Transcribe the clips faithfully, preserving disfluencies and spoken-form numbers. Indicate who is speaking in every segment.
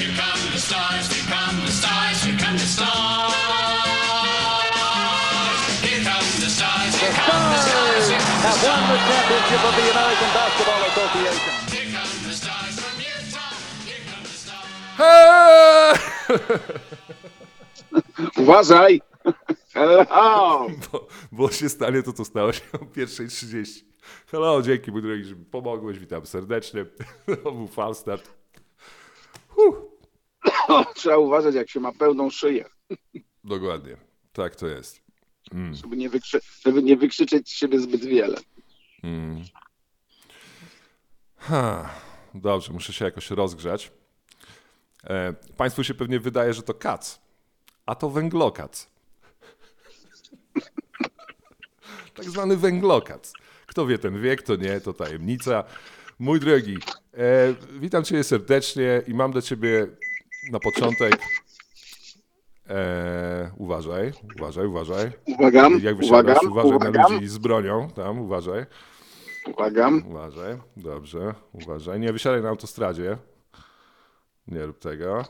Speaker 1: here come the stars, here come the stars, here come the stars. Here come the stars, here come the stars, here come the stars.
Speaker 2: Have won the championship of the American Basketball Association.
Speaker 1: Here come the stars from Utah. Here come the stars.
Speaker 3: Uważaj! Hello!
Speaker 4: Bo, bo się stanie to, co stało się o pierwszej trzydzieści. Hello, dzięki mój drogi, że mi pomogłeś, witam serdecznie. To był falstart. Huh.
Speaker 3: Trzeba uważać, jak się ma pełną szyję,
Speaker 4: Dokładnie, tak to jest. Mm.
Speaker 3: żeby nie, wykrzy- żeby nie wykrzyczeć z siebie zbyt wiele.
Speaker 4: Mm. Ha. Dobrze, muszę się jakoś rozgrzać. E, państwu się pewnie wydaje, że to kac, a to węglokac. Tak zwany węglokac. Kto wie, ten wie, kto nie, to tajemnica. Mój drogi, e, witam Cię serdecznie i mam dla Ciebie na początek... E, uważaj, uważaj, uważaj.
Speaker 3: Uwagam,
Speaker 4: Jak wysiadasz,
Speaker 3: uwagam,
Speaker 4: uważaj na
Speaker 3: uwagam,
Speaker 4: ludzi z bronią, tam, uważaj.
Speaker 3: uwagam.
Speaker 4: Uważaj, dobrze, uważaj. Nie wysiadaj na autostradzie. Nie rób tego.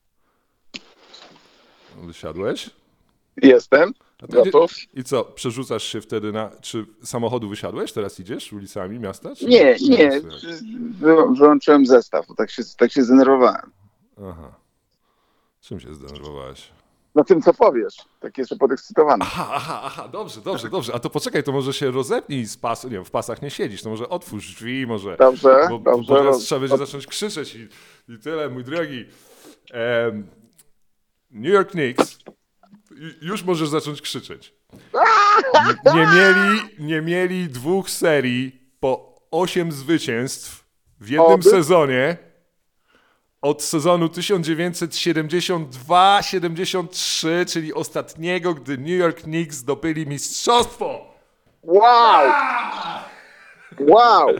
Speaker 4: Wysiadłeś?
Speaker 3: Jestem
Speaker 4: A ty
Speaker 3: gotów.
Speaker 4: I co, przerzucasz się wtedy na... Czy samochodu wysiadłeś? Teraz idziesz ulicami miasta? Czy
Speaker 3: Nie, nie,
Speaker 4: Czy-
Speaker 3: wy- wyłączyłem zestaw, bo tak się, tak się zdenerwowałem.
Speaker 4: Aha. Czym się zdenerwowałeś?
Speaker 3: Na tym, co powiesz. Tak jestem podekscytowany.
Speaker 4: Aha, aha, aha, dobrze, dobrze, dobrze. A to poczekaj, to może się rozepnij z pasu. Nie, w pasach nie siedzisz, to może otwórz drzwi, może...
Speaker 3: Dobrze,
Speaker 4: Bo,
Speaker 3: dobrze.
Speaker 4: bo teraz
Speaker 3: roz-
Speaker 4: trzeba będzie zacząć krzyczeć i, i tyle, mój drogi. Em, New York Knicks, ju- już możesz zacząć krzyczeć. N- Nie mieli, nie mieli dwóch serii po osiem zwycięstw w jednym
Speaker 3: Oby.
Speaker 4: sezonie od sezonu tysiąc dziewięćset siedemdziesiąt dwa siedemdziesiąt trzy, czyli ostatniego, gdy New York Knicks zdobyli mistrzostwo.
Speaker 3: Wow! Wow!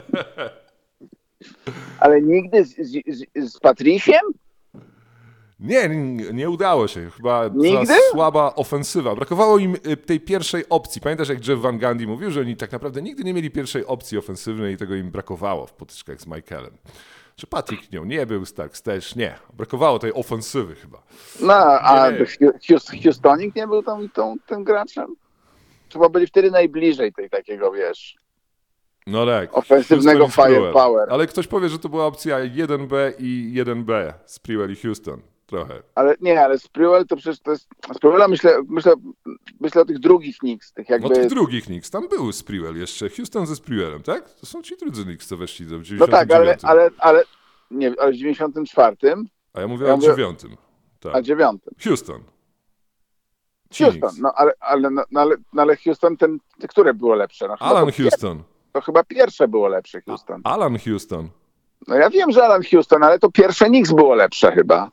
Speaker 3: Ale nigdy z, z, z, z Patriciem?
Speaker 4: Nie, nie, nie udało się. Chyba
Speaker 3: Nigdy?
Speaker 4: za słaba ofensywa. Brakowało im y, tej pierwszej opcji. Pamiętasz, jak Jeff Van Gundy mówił, że oni tak naprawdę nigdy nie mieli pierwszej opcji ofensywnej i tego im brakowało w potyczkach z Michaelem. Czy Patrick nią nie był, Starks też nie. Brakowało tej ofensywy chyba.
Speaker 3: No, a
Speaker 4: Nie.
Speaker 3: Hus- Houstonik nie był tą, tą, tym graczem? Chyba byli wtedy najbliżej tej takiego, wiesz,
Speaker 4: No tak.
Speaker 3: ofensywnego
Speaker 4: Houston i Sprewell.
Speaker 3: firepower.
Speaker 4: Ale ktoś powie, że to była opcja jeden B i jeden B. Sprewell i Houston. Trochę.
Speaker 3: Ale nie, ale Sprewell to przecież to jest... Sprewella myślę, myślę, myślę o tych drugich Knicks, tych
Speaker 4: No
Speaker 3: jakby...
Speaker 4: tych drugich Knicks. Tam był Sprewell jeszcze. Houston ze Sprewellem, tak? To są ci drudzy Knicks, co weszli do
Speaker 3: No
Speaker 4: dziewięćdziesiątego
Speaker 3: tak, ale,
Speaker 4: dziewiątego.
Speaker 3: ale, ale, nie, ale w dziewięćdziesiątym czwartym,
Speaker 4: A ja mówię
Speaker 3: Ja
Speaker 4: o
Speaker 3: mówię-
Speaker 4: dziewiątym. Tak.
Speaker 3: a dziewiątym.
Speaker 4: Houston. Ci
Speaker 3: Houston,
Speaker 4: Knicks.
Speaker 3: no ale, ale, no, ale, no, ale Houston, ten, które było lepsze? No, chyba
Speaker 4: Alan
Speaker 3: to, pier-
Speaker 4: Houston.
Speaker 3: to chyba pierwsze było lepsze Houston.
Speaker 4: Alan Houston.
Speaker 3: No ja wiem, że Alan Houston, ale to pierwsze Knicks było lepsze chyba.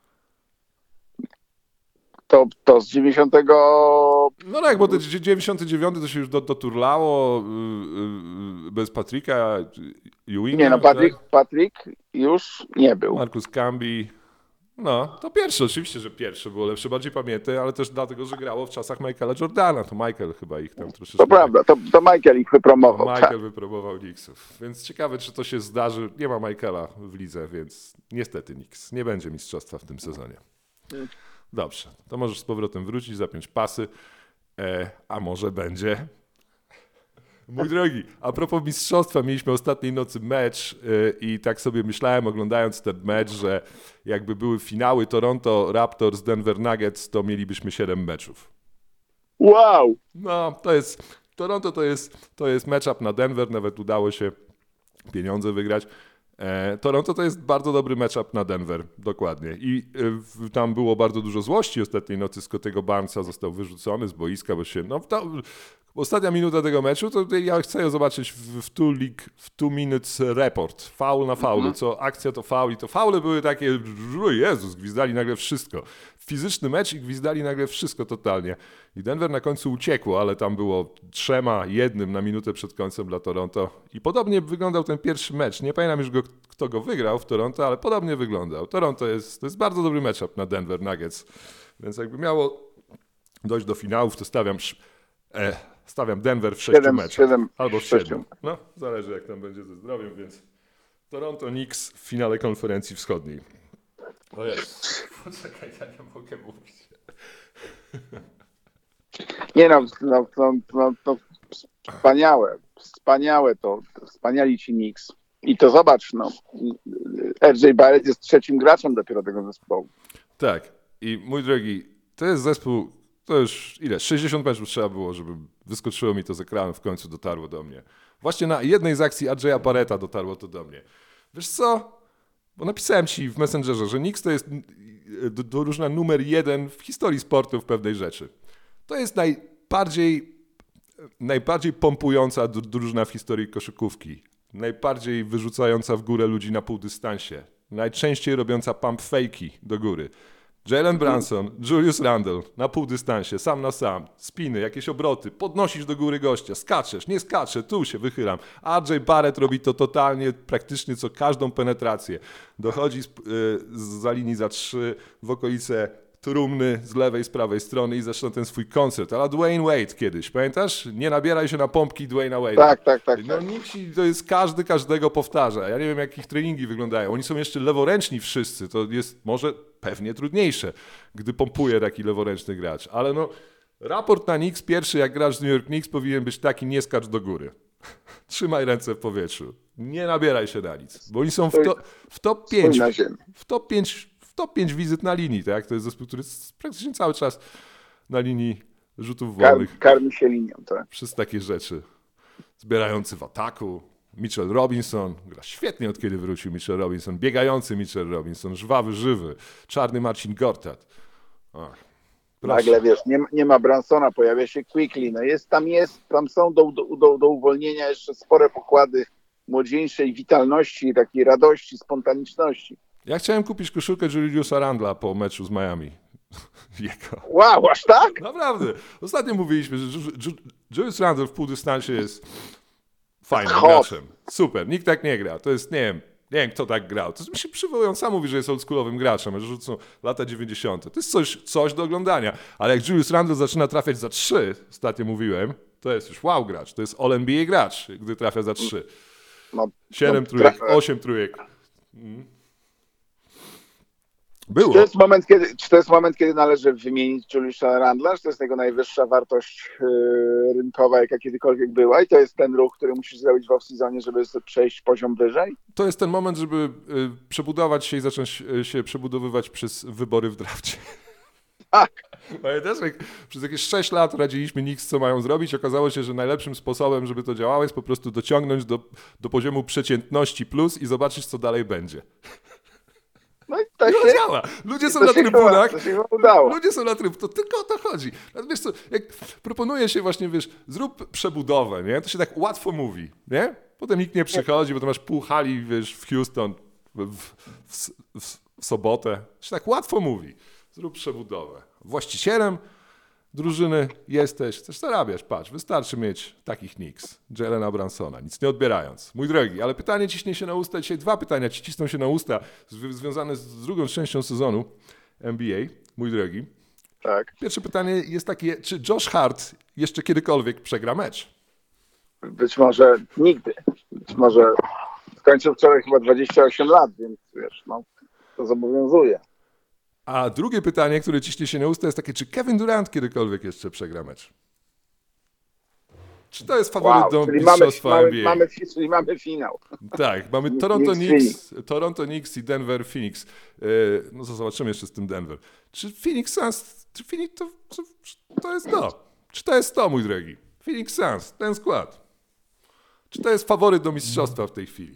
Speaker 3: To, to z dziewięćdziesiątego...
Speaker 4: No tak, bo ten dziewięćdziesiąty dziewiąty to się już do- doturlało yy, yy, bez Patryka Ewinga.
Speaker 3: Nie no, Patrick,
Speaker 4: tak?
Speaker 3: Patrick już nie był.
Speaker 4: Marcus Camby. No, to pierwsze, oczywiście, że pierwsze było lepsze, bardziej pamiętne, ale też dlatego, że grało w czasach Michaela Jordana. To Michael chyba ich tam troszeczkę...
Speaker 3: To prawda, to, to Michael ich
Speaker 4: To
Speaker 3: wypromował.
Speaker 4: Michael
Speaker 3: Tak.
Speaker 4: wypróbował Knicksów. Więc ciekawe, czy to się zdarzy. Nie ma Michaela w lidze, więc niestety Knicks. Nie będzie mistrzostwa w tym sezonie. Dobrze, to możesz z powrotem wrócić, zapiąć pasy, e, a może będzie. Mój drogi, a propos mistrzostwa, mieliśmy ostatniej nocy mecz e, i tak sobie myślałem, oglądając ten mecz, że jakby były finały Toronto Raptors, Denver Nuggets, to mielibyśmy siedem meczów.
Speaker 3: Wow!
Speaker 4: No, to jest, Toronto to jest, to jest matchup na Denver, nawet udało się pieniądze wygrać. E, Toronto to jest bardzo dobry matchup na Denver, dokładnie. I e, w, tam było bardzo dużo złości ostatniej nocy. Scottiego Barnesa został wyrzucony z boiska, bo się, no, ta, ostatnia minuta tego meczu, to ja chcę ją zobaczyć w, w, two, league, w two minutes report, faul na faulu, co akcja to faul i to faule były takie, o Jezus, gwizdali nagle wszystko. Fizyczny mecz i gwizdali nagle wszystko totalnie. I Denver na końcu uciekło, ale tam było trzema, jednym na minutę przed końcem dla Toronto. I podobnie wyglądał ten pierwszy mecz. Nie pamiętam już, go, kto go wygrał w Toronto, ale podobnie wyglądał. Toronto jest, to jest bardzo dobry matchup na Denver Nuggets. Więc jakby miało dojść do finałów, to stawiam, e, stawiam Denver w sześciu
Speaker 3: Siedem,
Speaker 4: meczach.
Speaker 3: siedem,
Speaker 4: Albo w
Speaker 3: sześciu.
Speaker 4: siedmiu. No, zależy jak tam będzie ze zdrowiem, więc Toronto Knicks w finale konferencji wschodniej. O jest. Poczekaj, ja nie mogę mówić.
Speaker 3: Nie no, no, no, no to wspaniałe, wspaniałe to, wspaniali ci Knicks. I to zobacz, no, R J Barrett jest trzecim graczem dopiero tego zespołu.
Speaker 4: Tak. I mój drogi, to jest zespół, to już ile? sześćdziesiąt meczów trzeba było, żeby wyskoczyło mi to z ekranu, w końcu dotarło do mnie. Właśnie na jednej z akcji R J Barretta dotarło to do mnie. Wiesz co? Bo napisałem ci w Messengerze, że Knicks to jest drużyna numer jeden w historii sportu w pewnej rzeczy. To jest najbardziej, najbardziej pompująca drużyna w historii koszykówki. Najbardziej wyrzucająca w górę ludzi na półdystansie. Najczęściej robiąca pump fake'i do góry. Jalen Brunson, Julius Randle na półdystansie, sam na sam, spiny, jakieś obroty, podnosisz do góry gościa, skaczesz, nie skaczę, tu się wychylam. R J Barrett robi to totalnie, praktycznie co każdą penetrację. Dochodzi z, yy, za linii za trzy w okolice trumny z lewej, z prawej strony i zaczyna ten swój koncert. Ale Dwayne Wade kiedyś, pamiętasz? Nie nabieraj się na pompki Dwayna Wade'a.
Speaker 3: Tak, tak, tak.
Speaker 4: No
Speaker 3: tak.
Speaker 4: nikt ci, to jest każdy każdego powtarza. Ja nie wiem, jak ich treningi wyglądają. Oni są jeszcze leworęczni wszyscy. To jest może pewnie trudniejsze, gdy pompuje taki leworęczny gracz. Ale no, raport na Knicks pierwszy, jak gracz z New York Knicks, powinien być taki: nie skacz do góry. Trzymaj ręce w powietrzu. Nie nabieraj się na nic. Bo oni są w, to, w top pięć. W top pięć w top pięć wizyt na linii, tak? To jest zespół, który jest praktycznie cały czas na linii rzutów wolnych.
Speaker 3: Kar, karmi się linią, tak.
Speaker 4: Przez takie rzeczy. Zbierający w ataku. Mitchell Robinson. Gra świetnie, od kiedy wrócił Mitchell Robinson. Biegający Mitchell Robinson. Żwawy, żywy. Czarny Marcin Gortat. Ach,
Speaker 3: nagle, wiesz, nie, nie ma Brunsona, pojawia się Quickly. No jest, tam jest, tam są do, do, do uwolnienia jeszcze spore pokłady młodzieńczej witalności, takiej radości, spontaniczności.
Speaker 4: Ja chciałem kupić koszulkę Juliusa Randla po meczu z Miami. Jego.
Speaker 3: Wow, aż tak?
Speaker 4: Naprawdę. Ostatnio mówiliśmy, że Julius Randle w półdystansie jest fajnym
Speaker 3: Hot.
Speaker 4: graczem. Super. Nikt tak nie gra. To jest, nie wiem, nie wiem kto tak grał. To mi się przywołuje, on sam mówi, że jest oldschoolowym graczem, że rzucą lata dziewięćdziesiąte. To jest coś, coś do oglądania. Ale jak Julius Randle zaczyna trafiać za trzy, ostatnio mówiłem, to jest już wow gracz. To jest All N B A gracz, gdy trafia za trzy.
Speaker 3: No,
Speaker 4: Siedem
Speaker 3: no,
Speaker 4: trójek,
Speaker 3: trafia.
Speaker 4: osiem trójek. Mm. Było.
Speaker 3: Czy to jest moment, kiedy, czy to jest moment, kiedy należy wymienić Juliusa Randla? Czy to jest jego najwyższa wartość yy, rynkowa, jaka kiedykolwiek była? I to jest ten ruch, który musisz zrobić w off-seasonie, żeby przejść poziom wyżej?
Speaker 4: To jest ten moment, żeby y, przebudować się i zacząć y, się przebudowywać przez wybory w drafcie.
Speaker 3: Tak.
Speaker 4: Pamiętasz, jak przez jakieś sześć lat radziliśmy Knicks, co mają zrobić, okazało się, że najlepszym sposobem, żeby to działało, jest po prostu dociągnąć do, do poziomu przeciętności plus i zobaczyć, co dalej będzie.
Speaker 3: No i to
Speaker 4: I to
Speaker 3: się,
Speaker 4: działa. Ludzie są
Speaker 3: to
Speaker 4: na
Speaker 3: się
Speaker 4: trybunach.
Speaker 3: chyba- to się chyba udało.
Speaker 4: Ludzie są na trybunach. To tylko o to chodzi. Ale wiesz co, jak proponuje się właśnie, wiesz, zrób przebudowę, nie? To się tak łatwo mówi, nie? Potem nikt nie przychodzi, bo to masz pół hali, wiesz, w Houston w, w, w, w, w sobotę. To się tak łatwo mówi. Zrób przebudowę. Właścicielem drużyny jesteś, chcesz zarabiać, patrz, wystarczy mieć takich Knicks, Jalena Brunsona, nic nie odbierając. Mój drogi, ale pytanie ciśnie się na usta, dzisiaj dwa pytania ci cisną się na usta, zw- związane z drugą częścią sezonu N B A, mój drogi.
Speaker 3: Tak.
Speaker 4: Pierwsze pytanie jest takie, czy Josh Hart jeszcze kiedykolwiek przegra mecz?
Speaker 3: Być może nigdy. Być może skończył wczoraj chyba dwadzieścia osiem lat, więc wiesz, no, to zobowiązuje.
Speaker 4: A drugie pytanie, które ciśnie się na usta, jest takie, czy Kevin Durant kiedykolwiek jeszcze przegra mecz? Czy to jest faworyt
Speaker 3: Wow,
Speaker 4: do
Speaker 3: czyli mamy,
Speaker 4: mistrzostwa
Speaker 3: mamy,
Speaker 4: N B A?
Speaker 3: mamy, czyli mamy finał.
Speaker 4: Tak, mamy
Speaker 3: Knicks,
Speaker 4: Toronto
Speaker 3: Knicks,
Speaker 4: Knicks, Toronto Knicks i Denver Phoenix. Yy, No to zobaczymy jeszcze z tym Denver. Czy Phoenix Suns, czy Phoenix to, to, to jest to? Czy to jest to, mój drogi? Phoenix Suns, ten skład. Czy to jest faworyt do mistrzostwa w tej chwili?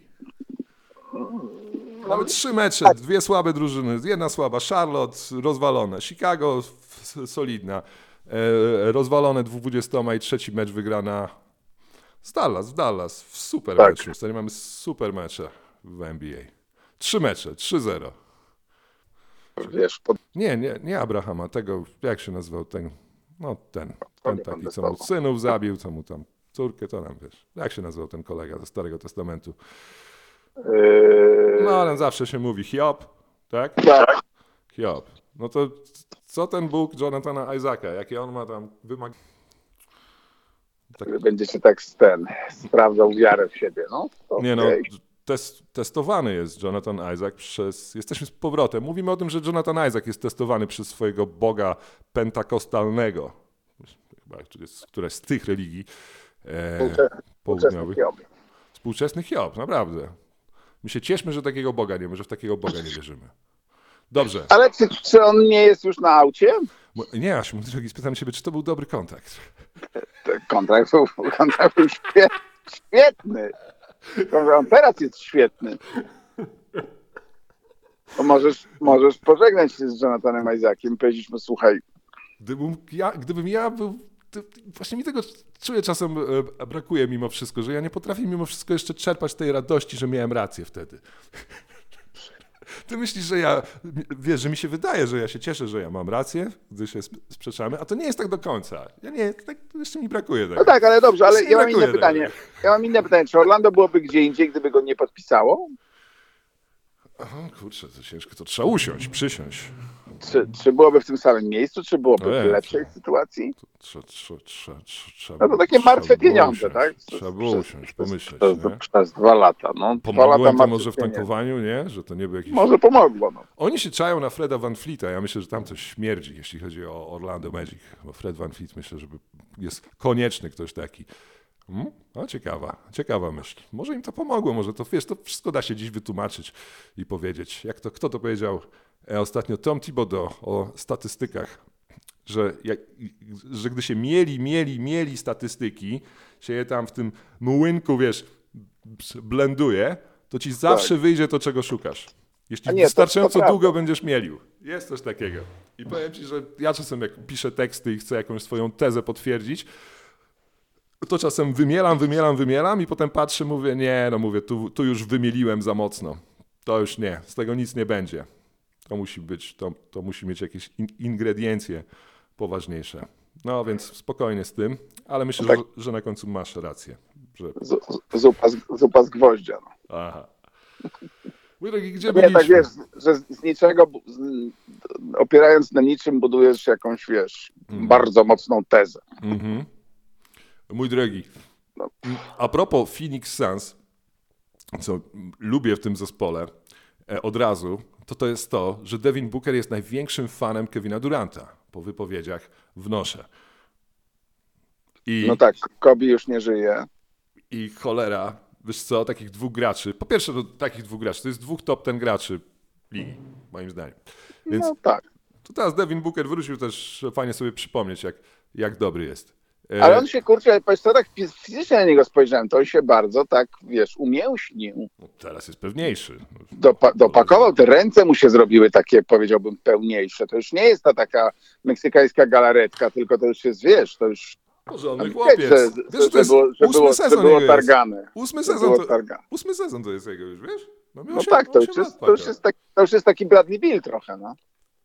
Speaker 4: Mamy trzy mecze, dwie słabe drużyny, jedna słaba, Charlotte rozwalone, Chicago f- solidna, e, rozwalone dwudziestoma i trzeci mecz wygrana z Dallas, w Dallas, w super
Speaker 3: Tak.
Speaker 4: meczu. Wtedy mamy super mecze w N B A. Trzy mecze, trzy zero.
Speaker 3: Wiesz, pod...
Speaker 4: Nie, nie, nie Abrahama, tego, jak się nazywał ten, no ten, ten taki, co mu
Speaker 3: kontestował.
Speaker 4: synów zabił, co mu tam córkę, to nam wiesz, jak się nazywał ten kolega ze Starego Testamentu.
Speaker 3: Yy...
Speaker 4: No, ale zawsze się mówi Hiob, tak?
Speaker 3: Tak.
Speaker 4: Hiob. No to co ten Bóg Jonathana Isaaca? Jakie on ma tam wymagania? Tak,
Speaker 3: Będzie się tak ten sprawdzał wiarę w siebie, no. To
Speaker 4: nie no,
Speaker 3: okej.
Speaker 4: test, testowany jest Jonathan Isaac przez... Jesteśmy z powrotem. Mówimy o tym, że Jonathan Isaac jest testowany przez swojego Boga pentakostalnego. Chyba to jest któraś z tych religii e, południowych. Współczesny Hiob, naprawdę. My się cieszmy, że takiego Boga nie ma, że w takiego Boga nie wierzymy. Dobrze.
Speaker 3: Ale czy, czy on nie jest już na aucie?
Speaker 4: Nie, aż mój drogi, spytam ciebie, czy to był dobry kontakt?
Speaker 3: Kontrakt był, kontrakt był świetny. On teraz jest świetny. To możesz, możesz pożegnać się z Jonathanem Isaaciem i powiedzieć mu, słuchaj.
Speaker 4: Gdybym ja, gdybym ja był... Właśnie mi tego czuję czasem brakuje mimo wszystko, że ja nie potrafię mimo wszystko jeszcze czerpać tej radości, że miałem rację wtedy. Ty myślisz, że ja, wiesz, że mi się wydaje, że ja się cieszę, że ja mam rację, gdy się sprzeczamy, a to nie jest tak do końca. Ja nie, tak jeszcze mi brakuje tego.
Speaker 3: No tak, ale dobrze, ale ja mam inne
Speaker 4: tego.
Speaker 3: pytanie. Ja mam inne pytanie. Czy Orlando byłoby gdzie indziej, gdyby go nie podpisało?
Speaker 4: Aha, kurczę, to ciężko, to trzeba usiąść, przysiąść.
Speaker 3: Czy, czy byłoby w tym samym miejscu, czy byłoby
Speaker 4: No
Speaker 3: w
Speaker 4: jest.
Speaker 3: lepszej sytuacji?
Speaker 4: Trzeba, trzeba, trzeba, trzeba,
Speaker 3: No to takie martwe pieniądze, tak?
Speaker 4: Trzeba było usiąść, pomyśleć.
Speaker 3: Przez,
Speaker 4: Nie?
Speaker 3: przez dwa lata. No, dwa
Speaker 4: Pomogło
Speaker 3: lata
Speaker 4: im to może w
Speaker 3: pieniędzy.
Speaker 4: tankowaniu, nie? Że to nie był jakiś...
Speaker 3: Może pomogło. No.
Speaker 4: Oni się czają na Freda Van Fleeta. Ja myślę, że tam coś śmierdzi, jeśli chodzi o Orlando Magic. Bo Fred Van Fleet myślę, że jest konieczny ktoś taki. Hmm? No ciekawa, ciekawa myśl. Może im to pomogło, może to, wiesz, to wszystko da się dziś wytłumaczyć i powiedzieć. Jak to, kto to powiedział e, ostatnio? Tom Thibodeau o statystykach, że, jak, że gdy się mieli, mieli, mieli statystyki, się je tam w tym młynku, wiesz, blenduje, to ci zawsze
Speaker 3: Tak.
Speaker 4: wyjdzie to, czego szukasz. Jeśli
Speaker 3: A nie, to-
Speaker 4: wystarczająco
Speaker 3: to
Speaker 4: długo
Speaker 3: prawda.
Speaker 4: będziesz mielił. Jest coś takiego. I powiem ci, że ja czasem jak piszę teksty i chcę jakąś swoją tezę potwierdzić, to czasem wymielam, wymielam, wymielam i potem patrzę, mówię, nie, no mówię, tu, tu już wymieliłem za mocno. To już nie, z tego nic nie będzie. To musi być, to, to musi mieć jakieś in, ingrediencje poważniejsze. No więc spokojnie z tym, ale myślę,
Speaker 3: Tak.
Speaker 4: że, że na końcu masz rację. Że...
Speaker 3: Z, zupa, z, zupa z gwoździa. No.
Speaker 4: Aha. Mój drogi, gdzie
Speaker 3: Nie,
Speaker 4: byliśmy?
Speaker 3: tak wiesz, że z, z niczego, bu- z, opierając na niczym, budujesz jakąś, wiesz,
Speaker 4: Mhm.
Speaker 3: bardzo mocną tezę.
Speaker 4: Mhm. Mój drogi,
Speaker 3: No.
Speaker 4: a propos Phoenix Suns, co lubię w tym zespole e, od razu, to to jest to, że Devin Booker jest największym fanem Kevina Duranta. Po wypowiedziach wnoszę. I,
Speaker 3: No tak, Kobe już nie żyje.
Speaker 4: i cholera, wiesz co, takich dwóch graczy, po pierwsze to takich dwóch graczy, to jest dwóch top ten graczy ligi, moim zdaniem. Więc
Speaker 3: No tak.
Speaker 4: to teraz Devin Booker wrócił też, fajnie sobie przypomnieć, jak, jak dobry jest. E,
Speaker 3: Ale on się, kurczę, powiedz co, tak fizycznie na niego spojrzałem, to on się bardzo tak, wiesz, umięśnił.
Speaker 4: no, teraz jest pewniejszy.
Speaker 3: Dopa- dopakował, te ręce mu się zrobiły takie, powiedziałbym, pełniejsze. To już nie jest ta taka meksykańska galaretka, tylko to już jest, wiesz, to już...
Speaker 4: Porządny
Speaker 3: Widać,
Speaker 4: chłopiec.
Speaker 3: że,
Speaker 4: Wiesz, że to
Speaker 3: że,
Speaker 4: jest
Speaker 3: było, że,
Speaker 4: ósmy
Speaker 3: było, że
Speaker 4: sezon
Speaker 3: było
Speaker 4: jego jest.
Speaker 3: targane.
Speaker 4: Ósmy
Speaker 3: Że
Speaker 4: sezon,
Speaker 3: było
Speaker 4: to,
Speaker 3: targane.
Speaker 4: ósmy sezon to jest jego już, wiesz? No, miał
Speaker 3: No
Speaker 4: osiem-
Speaker 3: tak, to
Speaker 4: osiem
Speaker 3: już, jest,
Speaker 4: lat
Speaker 3: to, już
Speaker 4: paka.
Speaker 3: jest tak, to już jest taki Bradley Beal trochę, no.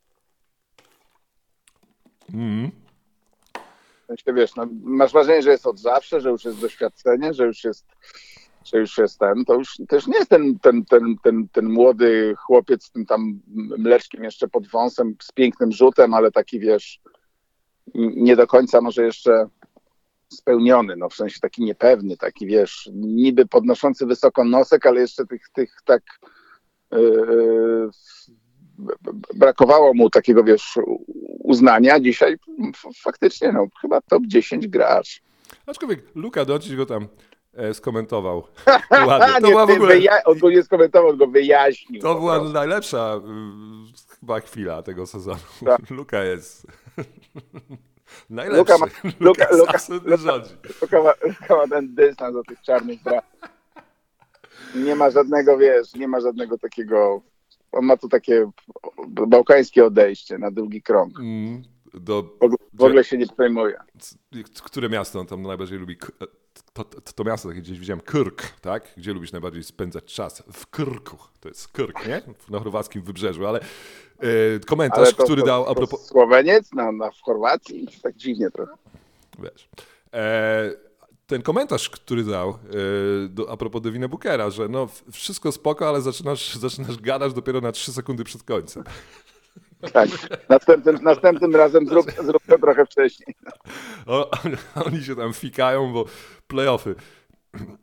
Speaker 4: Mhm.
Speaker 3: Myślę, wiesz, no, masz wrażenie, że jest od zawsze, że już jest doświadczenie, że już jest, że już jest ten, to już też nie jest ten, ten, ten, ten, ten młody chłopiec z tym tam mleczkiem jeszcze pod wąsem, z pięknym rzutem, ale taki, wiesz, nie do końca może jeszcze spełniony, no w sensie taki niepewny, taki, wiesz, niby podnoszący wysoko nosek, ale jeszcze tych, tych tak yy, brakowało mu takiego, wiesz, uznania. Dzisiaj f- faktycznie, no, chyba top dziesięć gracz.
Speaker 4: Aczkolwiek Luka Doncic go tam e, skomentował ładnie. To
Speaker 3: Nie,
Speaker 4: była w
Speaker 3: ty
Speaker 4: ogóle,
Speaker 3: wyja- on go nie skomentował, on go wyjaśnił.
Speaker 4: to
Speaker 3: po
Speaker 4: była
Speaker 3: prostu.
Speaker 4: najlepsza y, chyba chwila tego sezonu.
Speaker 3: Tak.
Speaker 4: Luka jest najlepszy.
Speaker 3: Luka ma-
Speaker 4: Luka,
Speaker 3: Luka-
Speaker 4: Luka,
Speaker 3: Luka-
Speaker 4: absolutnie rządzi.
Speaker 3: Luka ma, Luka ma ten dystans do tych czarnych bra. Nie ma żadnego, wiesz, nie ma żadnego takiego, on ma tu takie bałkańskie odejście na długi krąg.
Speaker 4: Mm, do,
Speaker 3: W ogóle, w ogóle się nie przejmuje.
Speaker 4: które miasto on tam najbardziej lubi? K- To, to, to miasto, takie gdzieś widziałem, Krk, tak? Gdzie lubisz najbardziej spędzać czas? W Krku. To jest Krk, nie? Na chorwackim wybrzeżu, ale e, komentarz,
Speaker 3: Ale to,
Speaker 4: który
Speaker 3: to,
Speaker 4: dał
Speaker 3: to
Speaker 4: a propos...
Speaker 3: Słoweniec na, na, w Chorwacji? Tak dziwnie trochę.
Speaker 4: Wiesz, e, ten komentarz, który dał e, do, a propos Devina Bookera, że no w- wszystko spoko, ale zaczynasz, zaczynasz gadać dopiero na trzy sekundy przed końcem.
Speaker 3: Tak. Następnym, następnym razem zrób, zrób to trochę wcześniej.
Speaker 4: O, oni się tam fikają, bo playoffy.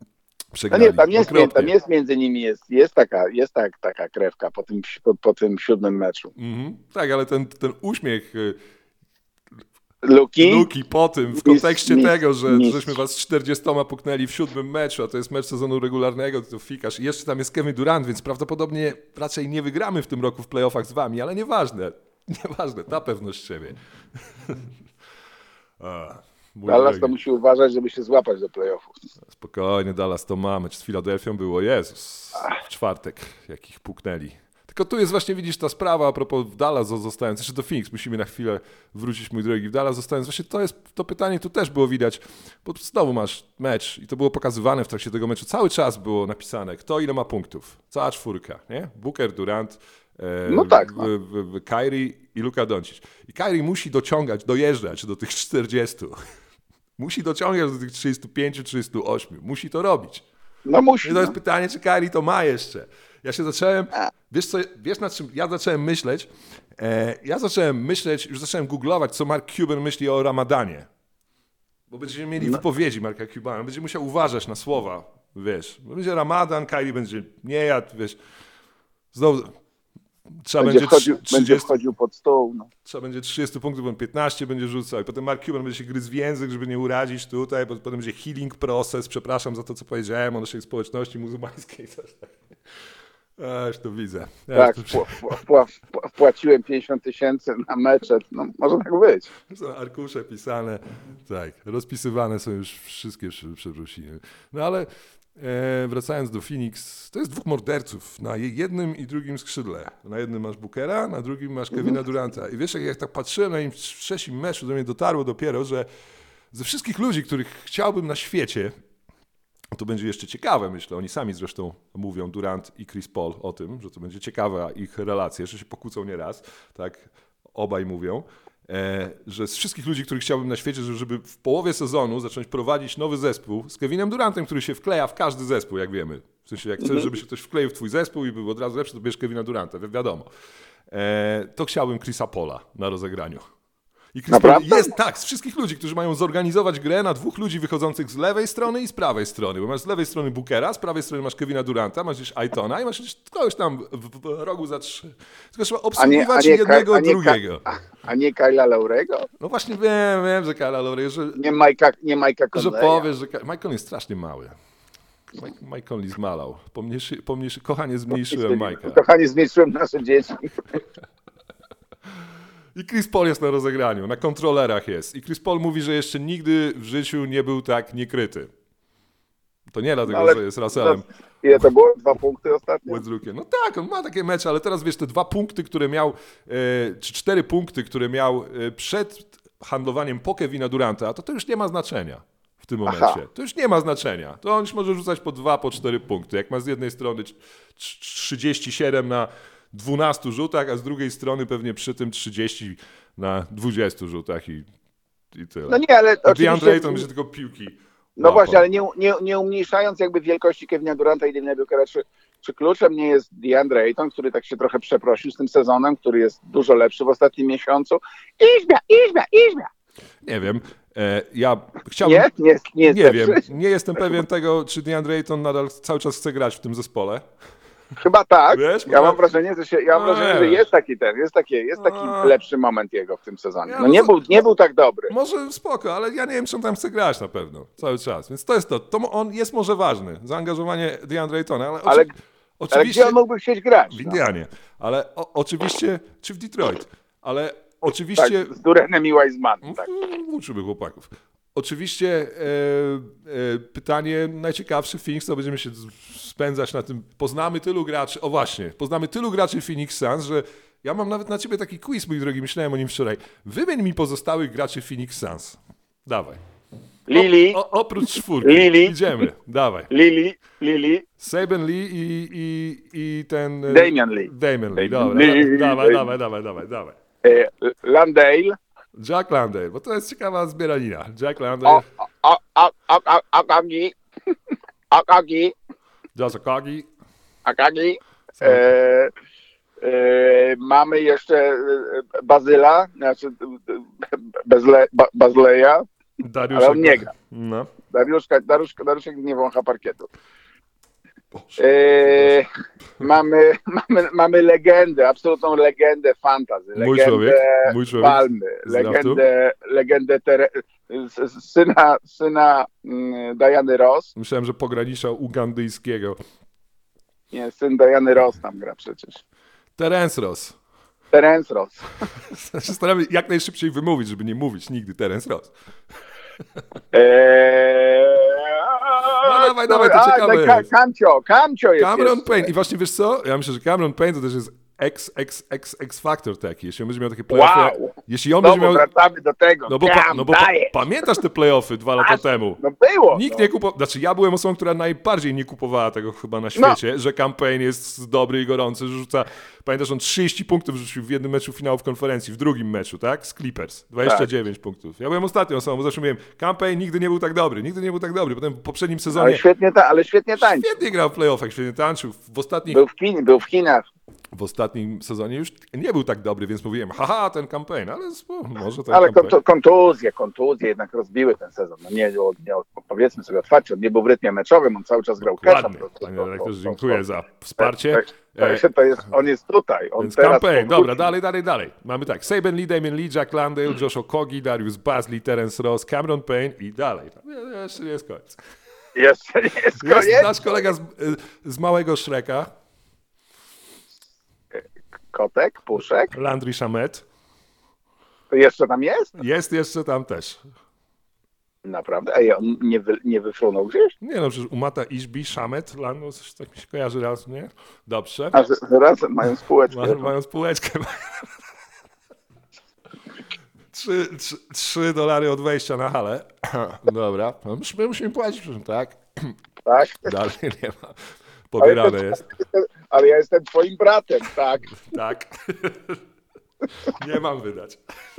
Speaker 3: No
Speaker 4: Przegrali.
Speaker 3: nie, tam jest,
Speaker 4: Okropnie.
Speaker 3: tam jest między nimi jest, jest taka, jest tak, taka krewka po tym, po, po tym siódmym meczu.
Speaker 4: Mhm. Tak, ale ten, ten uśmiech y,
Speaker 3: Luki?
Speaker 4: Luki po tym, w
Speaker 3: Mistrz,
Speaker 4: kontekście
Speaker 3: mistrz,
Speaker 4: tego, że
Speaker 3: mistrz.
Speaker 4: żeśmy was czterdziestoma puknęli w siódmym meczu, a to jest mecz sezonu regularnego, to fikasz. I jeszcze tam jest Kevin Durant, więc prawdopodobnie raczej nie wygramy w tym roku w playoffach z wami, ale nieważne. Nieważne, ta pewność siebie. A, mój
Speaker 3: Dallas
Speaker 4: drogi.
Speaker 3: to musi uważać, żeby się złapać do playoffów.
Speaker 4: Spokojnie, Dallas to ma. Mecz z Filadelfią było, Jezus, w czwartek, jak ich puknęli. Tylko tu jest właśnie, widzisz, ta sprawa a propos w Dallas zostając, jeszcze do Phoenix, musimy na chwilę wrócić, mój drogi, w Dallas zostając, właśnie to jest, to pytanie tu też było widać, bo znowu masz mecz i to było pokazywane w trakcie tego meczu, cały czas było napisane, kto ile ma punktów, cała czwórka, nie? Booker, Durant, e,
Speaker 3: No tak, no.
Speaker 4: w, w, w Kyrie i Luka Doncic. I Kyrie musi dociągać, dojeżdżać do tych czterdziestu. Musi dociągać do tych trzydziestu pięciu, trzydziestu ośmiu. Musi to robić.
Speaker 3: No musi.
Speaker 4: I to jest
Speaker 3: No.
Speaker 4: pytanie, czy Kyrie to ma jeszcze. Ja się zacząłem, wiesz co, wiesz nad czym ja zacząłem myśleć? E, ja zacząłem myśleć, już zacząłem googlować, co Mark Cuban myśli o Ramadanie. Bo będziemy mieli
Speaker 3: No.
Speaker 4: wypowiedzi Marka Cubana, będzie musiał uważać na słowa, wiesz. Bo będzie Ramadan, Kyrie będzie nie jadł, wiesz. Znowu trzeba
Speaker 3: Będzie,
Speaker 4: będzie,
Speaker 3: wchodził, będzie
Speaker 4: trzydzieści,
Speaker 3: wchodził pod stół. No.
Speaker 4: trzeba będzie trzydzieści punktów, on piętnaście będzie rzucał i potem Mark Cuban będzie się gryzł w język, żeby nie urazić tutaj, bo potem będzie healing process, przepraszam za to, co powiedziałem o naszej społeczności muzułmańskiej. Coś tak. A, już to widzę. Ja
Speaker 3: Tak,
Speaker 4: już to...
Speaker 3: wpł- wpł- wpł- wpłaciłem pięćdziesiąt tysięcy na meczet. No może tak być.
Speaker 4: Są arkusze pisane, tak, rozpisywane są już wszystkie przy- przeprosiny. No ale e, wracając do Phoenix, to jest dwóch morderców na jednym i drugim skrzydle. Na jednym masz Bookera, na drugim masz Kevina Duranta. I wiesz, jak, jak tak patrzyłem na nim w trzecim meczu, do mnie dotarło dopiero, że ze wszystkich ludzi, których chciałbym na świecie, to będzie jeszcze ciekawe, myślę, oni sami zresztą mówią, Durant i Chris Paul, o tym, że to będzie ciekawa ich relacja, że się pokłócą nieraz, tak, obaj mówią, e, że z wszystkich ludzi, których chciałbym na świecie, że- żeby w połowie sezonu zacząć prowadzić nowy zespół z Kevinem Durantem, który się wkleja w każdy zespół, jak wiemy. W sensie, jak chcesz, żeby się ktoś wkleił w twój zespół i był od razu lepszy, to bierz Kevina Duranta, wi- wiadomo. E, to chciałbym Chrisa Paula na rozegraniu. I Chris Paul
Speaker 3: Naprawdę?
Speaker 4: jest tak, z wszystkich ludzi, którzy mają zorganizować grę na dwóch ludzi wychodzących z lewej strony i z prawej strony. Bo masz z lewej strony Bookera, z prawej strony masz Kevina Duranta, masz gdzieś Aitona i masz gdzieś kogoś tam w, w rogu za trzy. Tylko trzeba
Speaker 3: A nie, a
Speaker 4: obsługiwać
Speaker 3: nie,
Speaker 4: jednego,
Speaker 3: Ka- a nie,
Speaker 4: drugiego.
Speaker 3: Ka- a nie Kyla Laurego?
Speaker 4: No właśnie wiem, wiem, że Kyle Lowry, że,
Speaker 3: Nie Majka, nie Majka
Speaker 4: że
Speaker 3: Conleya?
Speaker 4: powiesz, że Ky- Michael jest strasznie mały. Mike, Mike Conley zmalał. Pomniejszy, pomniejszy, kochanie, zmniejszyłem Mike'a.
Speaker 3: Kochanie, zmniejszyłem nasze dzieci.
Speaker 4: I Chris Paul jest na rozegraniu, na kontrolerach jest. I Chris Paul mówi, że jeszcze nigdy w życiu nie był tak niekryty. To nie dlatego,
Speaker 3: No, ale
Speaker 4: że jest Russellem
Speaker 3: to- Ile to było? Dwa punkty ostatnio?
Speaker 4: Westbrookiem. No tak, on ma takie mecze, ale teraz wiesz, te dwa punkty, które miał, e, czy cztery punkty, które miał e, przed handlowaniem po Kevina Duranta, to to już nie ma znaczenia w tym momencie.
Speaker 3: Aha.
Speaker 4: To już nie ma znaczenia. To on już może rzucać po dwa, po cztery punkty. Jak ma z jednej strony trz- trz- trzydzieści siedem na dwunastu rzutach, a z drugiej strony pewnie przy tym trzydzieści na dwudziestu rzutach i, i tyle.
Speaker 3: No nie, ale
Speaker 4: DeAndre
Speaker 3: oczywiście...
Speaker 4: Ayton będzie tylko piłki.
Speaker 3: No
Speaker 4: łapał.
Speaker 3: właśnie, ale nie, nie, nie umniejszając jakby wielkości Kevina Duranta i Devina Bookera, czy, czy kluczem nie jest DeAndre Ayton, który tak się trochę przeprosił z tym sezonem, który jest dużo lepszy w ostatnim miesiącu? Izbia, Izbia, Izbia!
Speaker 4: Nie wiem. E, ja chciałbym...
Speaker 3: Nie? Nie, jest- nie, jest
Speaker 4: Nie
Speaker 3: lepszy?
Speaker 4: wiem, nie jestem pewien tego, czy DeAndre Ayton nadal cały czas chce grać w tym zespole.
Speaker 3: Chyba tak.
Speaker 4: Wiesz, bo
Speaker 3: ja
Speaker 4: to-
Speaker 3: mam wrażenie, że, się, ja mam
Speaker 4: No
Speaker 3: wrażenie,
Speaker 4: nie
Speaker 3: że
Speaker 4: wiem.
Speaker 3: jest taki ten, jest taki, jest taki
Speaker 4: No.
Speaker 3: lepszy moment jego w tym sezonie.
Speaker 4: Ja
Speaker 3: No nie
Speaker 4: może-
Speaker 3: był, nie był tak dobry.
Speaker 4: Może spoko, ale ja nie wiem, czy on tam chce grać na pewno cały czas. Więc to jest to. To mo- on jest może ważny, zaangażowanie DeAndre Aytona, ale,
Speaker 3: Ale-
Speaker 4: oczy-
Speaker 3: Ale
Speaker 4: oczywiście
Speaker 3: gdzie on mógłby chcieć grać?
Speaker 4: w
Speaker 3: No?
Speaker 4: Indianie, ale o, oczywiście, czy w Detroit, ale
Speaker 3: Tak,
Speaker 4: oczywiście
Speaker 3: z Durenem i Wisemanem, tak.
Speaker 4: uczymy chłopaków. Oczywiście e, e, pytanie najciekawsze w Phoenix, to będziemy się z- spędzać na tym. Poznamy tylu graczy, o właśnie, poznamy tylu graczy Phoenix Suns, że ja mam nawet na ciebie taki quiz, mój drogi, myślałem o nim wczoraj. Wymień mi pozostałych graczy Phoenix Suns. Dawaj.
Speaker 3: Lili,
Speaker 4: O, oprócz czwórki.
Speaker 3: Lili.
Speaker 4: Idziemy, dawaj.
Speaker 3: Lili, Lili,
Speaker 4: Saban Lee i, i, i ten... e,
Speaker 3: Damian Lee.
Speaker 4: Damian Lee,
Speaker 3: Damian
Speaker 4: dobra.
Speaker 3: Lee.
Speaker 4: Dawaj, dawaj, dawaj, dawaj, dawaj.
Speaker 3: e, Landale,
Speaker 4: Jack Landale, bo to jest ciekawa zbieranina. Jack
Speaker 3: o,
Speaker 4: Landale,
Speaker 3: o, o, o, o, Akagi, Akagi,
Speaker 4: Josh Okogie,
Speaker 3: Akagi. E, e, mamy jeszcze e, Bazyla, znaczy e, Bezle, ba, Bazleja,
Speaker 4: Dariusz
Speaker 3: ale on nie gra.
Speaker 4: No.
Speaker 3: Dariuszka, Dariuszka, Dariuszek nie wącha parkietu.
Speaker 4: Boże,
Speaker 3: Eee, mamy, mamy, mamy legendę, absolutną legendę fantasy.
Speaker 4: Mój
Speaker 3: legendę
Speaker 4: człowiek, mój człowiek
Speaker 3: Palmy,
Speaker 4: z draftu.
Speaker 3: legendę, legendę tere, s- syna, syna mm, Diany Ross.
Speaker 4: Myślałem, że pogranicza ugandyjskiego.
Speaker 3: Nie, syn Diany Ross tam gra przecież.
Speaker 4: Terence Ross.
Speaker 3: Terence Ross.
Speaker 4: Staram się jak najszybciej wymówić, żeby nie mówić nigdy Terence Ross.
Speaker 3: Eee,
Speaker 4: No dawaj, dawaj, to
Speaker 3: a,
Speaker 4: ciekawe
Speaker 3: no, Ka-
Speaker 4: jest.
Speaker 3: Kamcio, Kamcio jest
Speaker 4: Cameron
Speaker 3: jeszcze.
Speaker 4: Payne. I właśnie wiesz co? Ja myślę, że Cameron Payne to też jest X, X, X, X Factor taki. Jeśli on będzie miał takie playoffy.
Speaker 3: Wow.
Speaker 4: Jeśli on
Speaker 3: No
Speaker 4: będzie
Speaker 3: bo
Speaker 4: miał.
Speaker 3: wracamy do tego.
Speaker 4: No bo, pa,
Speaker 3: Cam,
Speaker 4: no bo pa,
Speaker 3: daję.
Speaker 4: pamiętasz te playoffy dwa lata temu?
Speaker 3: No było.
Speaker 4: Nikt
Speaker 3: no.
Speaker 4: nie kupował, znaczy ja byłem osobą, która najbardziej nie kupowała tego chyba na świecie, że campaign jest dobry i gorący, że rzuca, pamiętasz, on trzydzieści punktów rzucił w jednym meczu finału w konferencji, w drugim meczu, tak? Z Clippers, dwadzieścia dziewięć punktów. Ja byłem ostatnią osobą, bo zawsze mówiłem, campaign nigdy nie był tak dobry, nigdy nie był tak dobry, potem w poprzednim sezonie
Speaker 3: Ale świetnie, ta, ale świetnie tańczy.
Speaker 4: świetnie grał w playoffach, świetnie tańczył, w ostatnich,
Speaker 3: Był w Chin, był w Chinach.
Speaker 4: w ostatnim sezonie już nie był tak dobry, więc mówiłem, haha, ten campaign, ale o, może ten
Speaker 3: Ale
Speaker 4: campaign.
Speaker 3: kontu- kontuzje, kontuzje jednak rozbiły ten sezon. No nie, nie, nie, powiedzmy sobie otwarcie, on nie był w rytmie meczowym, on cały czas grał catch-up.
Speaker 4: Ładnie,
Speaker 3: To- to-
Speaker 4: panie
Speaker 3: to-
Speaker 4: redaktorze,
Speaker 3: to-
Speaker 4: dziękuję
Speaker 3: to-
Speaker 4: za wsparcie.
Speaker 3: to- to- to jest, on jest tutaj. On
Speaker 4: Więc
Speaker 3: teraz
Speaker 4: campaign,
Speaker 3: powróci.
Speaker 4: dobra, dalej, dalej, dalej. Mamy tak, Saban Lee, Damian Lee, Jack Landale, Josh Okogie, Darius Bazley, Terence Ross, Cameron Payne i dalej. Nie, Jeszcze nie jest koniec.
Speaker 3: Jeszcze nie jest
Speaker 4: Jest
Speaker 3: koniec.
Speaker 4: nasz kolega z, z małego Shreka,
Speaker 3: Kotek, Puszek.
Speaker 4: Landry Shamet.
Speaker 3: To jeszcze tam jest?
Speaker 4: Jest jeszcze tam też.
Speaker 3: Naprawdę? Ej, on nie, wy, nie wyfrunął gdzieś?
Speaker 4: Nie no, przecież Umata Ishbi, Shamet, Landry, coś tak mi się kojarzy raz, nie? Dobrze.
Speaker 3: A z- razem mają spółeczkę.
Speaker 4: Ma, mają spółeczkę. Trzy, trzy, trzy dolary od wejścia na halę. Dobra, no, musimy, musimy płacić, tak?
Speaker 3: Tak?
Speaker 4: Dalej nie ma. Pobierane
Speaker 3: Ale-
Speaker 4: jest.
Speaker 3: Ale ja jestem twoim bratem, tak?
Speaker 4: Tak. Nie mam wydać.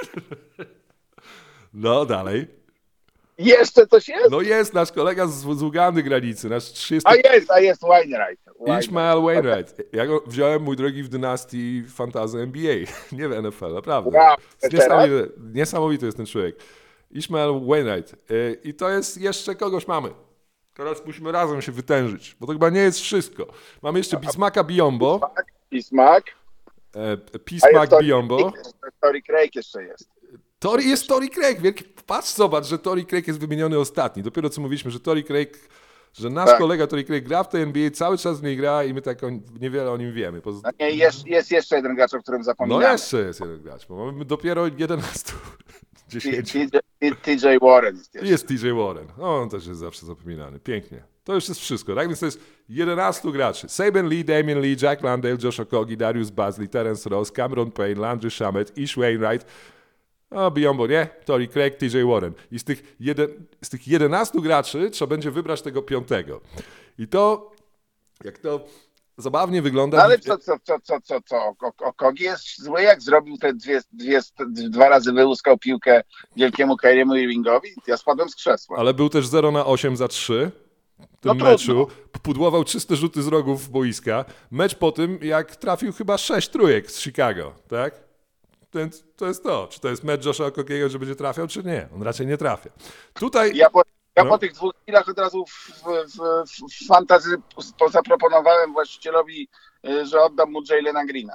Speaker 4: No dalej.
Speaker 3: Jeszcze coś jest?
Speaker 4: No jest nasz kolega z, z Ugandy granicy, nasz
Speaker 3: A
Speaker 4: trzydziesty...
Speaker 3: jest, a jest Wainwright. Wainwright.
Speaker 4: Ishmael Wainwright. Ja go wziąłem, mój drogi, w dynastii Fantasy N B A. Nie w N F L, naprawdę.
Speaker 3: Wow,
Speaker 4: Jest
Speaker 3: teraz?
Speaker 4: niesamowity, niesamowity jest ten człowiek. Ishmael Wainwright. Y, I to jest jeszcze kogoś mamy. Teraz musimy razem się wytężyć, bo to chyba nie jest wszystko. Mamy jeszcze Bismacka Biombo,
Speaker 3: Tak, i smak.
Speaker 4: e,
Speaker 3: A
Speaker 4: Pismak
Speaker 3: jest Tory
Speaker 4: Biombo.
Speaker 3: Craig, Tory Craig jeszcze jest.
Speaker 4: Tory jest Tory Craig. Wielki, patrz, zobacz, że Tory Craig jest wymieniony ostatni. Dopiero co mówiliśmy, że Tory Craig, że nasz
Speaker 3: Tak.
Speaker 4: kolega Tory Craig gra w tej N B A, cały czas w niej gra i my tak o, niewiele o nim wiemy. Poza...
Speaker 3: No nie, jest, jest jeszcze jeden gracz, o którym
Speaker 4: No
Speaker 3: zapominamy.
Speaker 4: jeszcze jest jeden gracz, bo mamy dopiero jedenaście,
Speaker 3: T-
Speaker 4: dziesięć.
Speaker 3: T- T- T J Warren jest jeszcze.
Speaker 4: Jest T J Warren. O, on też jest zawsze zapominany. Pięknie. To już jest wszystko, tak? Więc to jest jedenastu graczy. Saban Lee, Damian Lee, Jack Landale, Josh Okogie, Darius Bazley, Terence Ross, Cameron Payne, Landry Shamet, Ish Wainwright, o, Biombo, nie? Tory Craig, T J Warren. I z tych, jeden, z tych jedenastu graczy trzeba będzie wybrać tego piątego. I to, jak to zabawnie wygląda...
Speaker 3: No ale co, co, co, co, co, co? O- Okogie jest zły, jak zrobił te dwie, dwie, dwa razy wyłuskał piłkę wielkiemu Kyriemu Irvingowi? Ja spadłem z krzesła.
Speaker 4: Ale był też zero na osiem za trzy w tym
Speaker 3: No
Speaker 4: meczu.
Speaker 3: trudno.
Speaker 4: Pudłował czyste rzuty z rogów w boiska. Mecz po tym, jak trafił chyba sześć trójek z Chicago, tak? Więc to jest to. Czy to jest mecz Josha Okogiego, że będzie trafiał, czy nie? On raczej nie trafia. Tutaj...
Speaker 3: Ja po, ja
Speaker 4: No.
Speaker 3: po tych dwóch chwilach od razu w, w, w, w fantazy zaproponowałem właścicielowi, y, że oddam mu Jalena Greena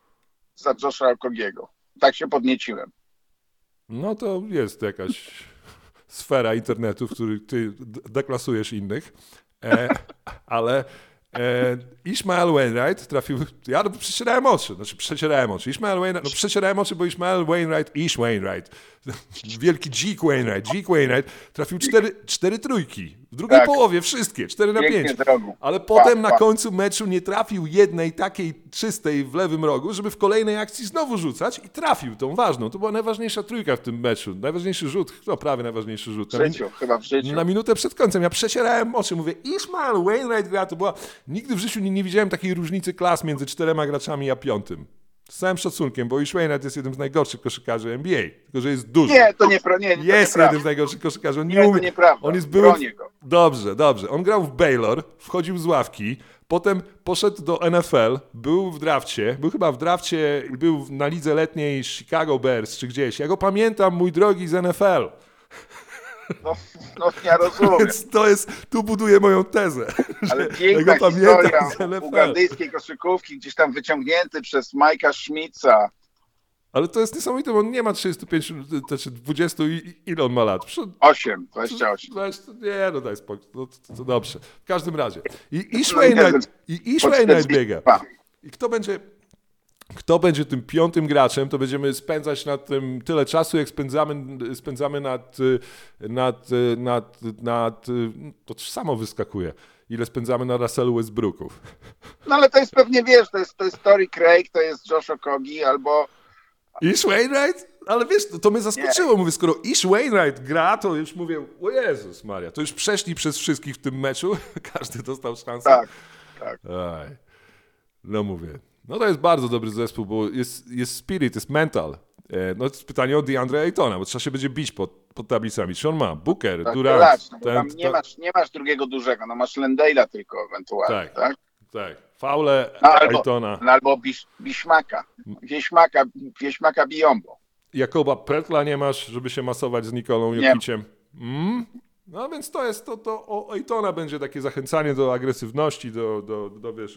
Speaker 3: za Josha Okogiego. Tak się podnieciłem.
Speaker 4: No to jest jakaś sfera internetu, w której ty d- deklasujesz innych. E, ale e, Ishmael Wainwright trafił... Ja przecierałem oczy. Znaczy przecierałem oczy. Ishmael Wainwright... No przecierałem oczy, bo Ishmael Wainwright, Ish Wainwright, wielki dzik Wainwright, dzik Wainwright trafił cztery, cztery trójki. W drugiej
Speaker 3: Tak.
Speaker 4: połowie wszystkie, cztery na
Speaker 3: Pięknie
Speaker 4: pięć.
Speaker 3: z rogu.
Speaker 4: Ale potem
Speaker 3: Pa,
Speaker 4: na
Speaker 3: pa.
Speaker 4: końcu meczu nie trafił jednej takiej czystej w lewym rogu, żeby w kolejnej akcji znowu rzucać i trafił tą ważną. To była najważniejsza trójka w tym meczu. Najważniejszy rzut, no prawie najważniejszy rzut.
Speaker 3: W życiu, chyba w życiu.
Speaker 4: Na minutę przed końcem. Ja przecierałem oczy, mówię, Ishmael Wainwright gra. To była... Nigdy w życiu nie, nie widziałem takiej różnicy klas między czterema graczami a piątym. Z całym szacunkiem, bo Ish Wainwright jest jednym z najgorszych koszykarzy N B A. Tylko, że jest duży.
Speaker 3: Nie, to nie, pra- nie, to
Speaker 4: Jest
Speaker 3: nieprawda.
Speaker 4: jednym z najgorszych koszykarzy. On nie,
Speaker 3: Nie, to
Speaker 4: umie...
Speaker 3: nieprawda.
Speaker 4: On jest był...
Speaker 3: Bronię go.
Speaker 4: Dobrze, dobrze. On grał w Baylor, wchodził z ławki, potem poszedł do N F L, był w drafcie, był chyba w drafcie, był na lidze letniej Chicago Bears czy gdzieś. Ja go pamiętam, mój drogi, z N F L.
Speaker 3: No, no ja rozumiem.
Speaker 4: Więc to jest, tu buduję moją tezę.
Speaker 3: Ale
Speaker 4: że
Speaker 3: piękna
Speaker 4: ja go
Speaker 3: historia
Speaker 4: pamiętam z N F L.
Speaker 3: ugandyjskiej koszykówki, gdzieś tam wyciągnięty przez Majka Schmitza.
Speaker 4: Ale to jest niesamowite, bo on nie ma trzydzieści pięć, znaczy dwadzieścia, i- ile on ma lat? Prze-
Speaker 3: osiem, dwadzieścia osiem.
Speaker 4: dwadzieścia, nie, no daj spokój, no, to, to dobrze. W każdym razie. I Ish
Speaker 3: No i
Speaker 4: Wainwright, i Ish
Speaker 3: po
Speaker 4: Wainwright
Speaker 3: czterdzieści
Speaker 4: biega.
Speaker 3: dwa.
Speaker 4: I kto będzie, kto będzie tym piątym graczem, to będziemy spędzać nad tym tyle czasu, jak spędzamy, spędzamy nad, y, nad, y, nad, nad, y, to samo wyskakuje, ile spędzamy na Russellu Westbrooków.
Speaker 3: No ale to jest pewnie, wiesz, to jest, to jest Torrey Craig, to jest Josh Okogie, albo...
Speaker 4: Ish Wainwright? Ale wiesz, to, to mnie zaskoczyło. Mówię, skoro Ish Wainwright gra, to już mówię, o Jezus Maria, to już przeszli przez wszystkich w tym meczu, każdy dostał szansę.
Speaker 3: Tak, tak.
Speaker 4: Aj. No mówię, no to jest bardzo dobry zespół, bo jest, jest spirit, jest mental. E, No jest pytanie o DeAndre Aytona, bo trzeba się będzie bić pod, pod tablicami. Czy on ma? Booker,
Speaker 3: Tak,
Speaker 4: Durant.
Speaker 3: relacz, no, bo
Speaker 4: ten-
Speaker 3: tam nie
Speaker 4: to-
Speaker 3: masz, nie masz drugiego dużego, no masz Lendale'a tylko ewentualnie,
Speaker 4: Tak.
Speaker 3: tak?
Speaker 4: Tak, faule
Speaker 3: No, albo,
Speaker 4: Aytona.
Speaker 3: no, albo Bisz, Biszmaka, Wieśmaka, Wieśmaka Biombo.
Speaker 4: Jakoba Pretla nie masz, żeby się masować z Nikolą
Speaker 3: Nie.
Speaker 4: Jokiciem. Mm? No więc to jest, to, to o Aytona będzie takie zachęcanie do agresywności, do, do, do wiesz,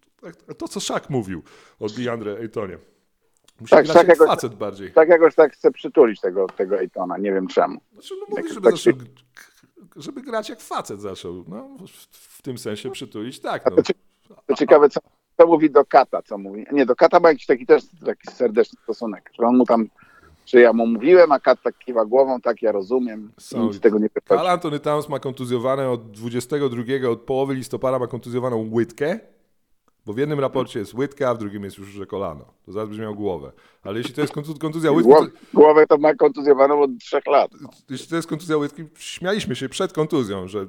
Speaker 4: to co Shaq mówił o DeAndre Aytonie. Musi
Speaker 3: Tak,
Speaker 4: grać
Speaker 3: Shaq
Speaker 4: jak
Speaker 3: jakoś-
Speaker 4: facet bardziej.
Speaker 3: Tak jakoś tak chcę przytulić tego, tego Aytona, nie wiem czemu.
Speaker 4: Znaczy, no mówisz,
Speaker 3: Tak-
Speaker 4: żeby,
Speaker 3: tak
Speaker 4: zaczął,
Speaker 3: się-
Speaker 4: żeby grać jak facet zaczął. No, w, w tym sensie przytulić, tak. No.
Speaker 3: To, cie- to ciekawe, co, co mówi do Kata, co mówi. Nie, do Kata ma jakiś taki też taki serdeczny stosunek, że on mu tam, że ja mu mówiłem, a Kat tak kiwa głową, tak ja rozumiem,
Speaker 4: Są-
Speaker 3: nic z tego nie wychodzi.
Speaker 4: Karl Anthony Towns ma kontuzjowane od dwudziestego drugiego, od połowy listopada ma kontuzjowaną łydkę, bo w jednym raporcie jest łydka, a w drugim jest już, że kolano. To zaraz będzie miał głowę. Ale jeśli to jest kontu- kontuzja łydki, to,
Speaker 3: Głow, głowę to ma kontuzjowaną od trzech lat.
Speaker 4: jeśli to jest kontuzja łydki, śmialiśmy się przed kontuzją, że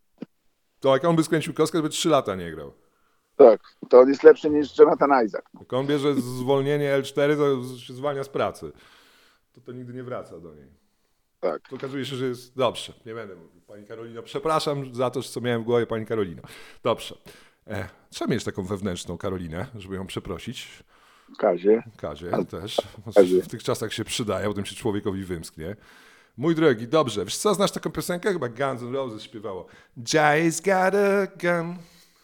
Speaker 4: to jak on by skręcił kostkę, to by trzy lata nie grał.
Speaker 3: Tak, to on jest lepszy niż Jonathan Isaac.
Speaker 4: Jak on bierze zwolnienie L cztery, to się zwalnia z pracy. To to nigdy nie wraca do niej.
Speaker 3: Tak.
Speaker 4: To okazuje się, że jest dobrze. Nie będę mówił. Pani Karolino, przepraszam za to, co miałem w głowie, pani Karolino. Dobrze. E, trzeba mieć taką wewnętrzną Karolinę, żeby ją przeprosić.
Speaker 3: Kazie.
Speaker 4: Kazie też.
Speaker 3: Kazie.
Speaker 4: W tych czasach się przydaje, potem się człowiekowi wymsknie. Mój drogi, dobrze. Wiesz co, znasz taką piosenkę? Chyba Guns N' Roses śpiewało. Jay's got a gun.